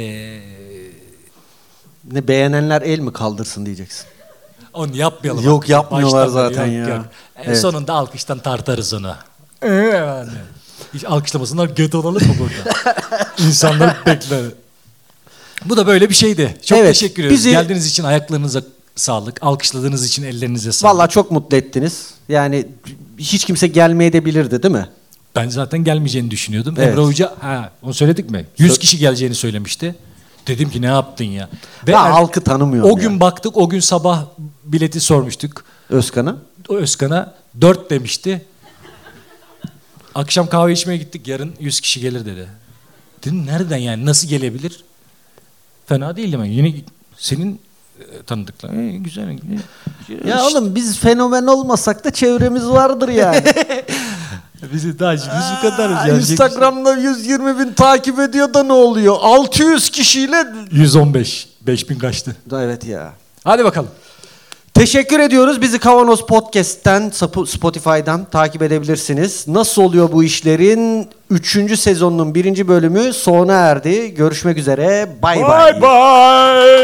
Ne beğenenler el mi kaldırsın diyeceksin. Onu yapmayalım. Yok, artık. yapmıyorlar Baştan beri zaten ya. Evet. Sonunda alkıştan tartarız onu. Hiç alkışlamasınlar, göt olalım mı burada? İnsanlar bekler. Bu da böyle bir şeydi. Çok Evet, teşekkür ediyoruz. bizi- Geldiğiniz için ayaklarınıza sağlık. Alkışladığınız için ellerinize sağlık. Vallahi çok mutlu ettiniz. Yani hiç kimse gelmeye de bilirdi değil mi? Ben zaten gelmeyeceğini düşünüyordum. Evet. Emre Hoca, onu söyledik mi? 100 kişi geleceğini söylemişti. Dedim ki ne yaptın ya? Ve Daha halkı tanımıyorum o gün ya. baktık, o gün sabah bileti sormuştuk. Özkan'a. O Özkan'a 4 demişti. Akşam kahve içmeye gittik. Yarın 100 kişi gelir dedi. Dedim nereden yani? Nasıl gelebilir? Fena değil mi? Yine senin tanıdıklar. Güzel. Ya oğlum biz fenomen olmasak da çevremiz vardır yani. Bizi daha biz bu kadarız. Ya. Instagram'da 120 bin takip ediyor da ne oluyor? 600 kişiyle... 115. 5000 kaçtı. Evet ya. Hadi bakalım. Teşekkür ediyoruz. Bizi Kavanoz Podcast'ten, Spotify'dan takip edebilirsiniz. Nasıl oluyor bu işlerin 3. sezonunun 1. bölümü sona erdi. Görüşmek üzere. Bay bay. Bye bye.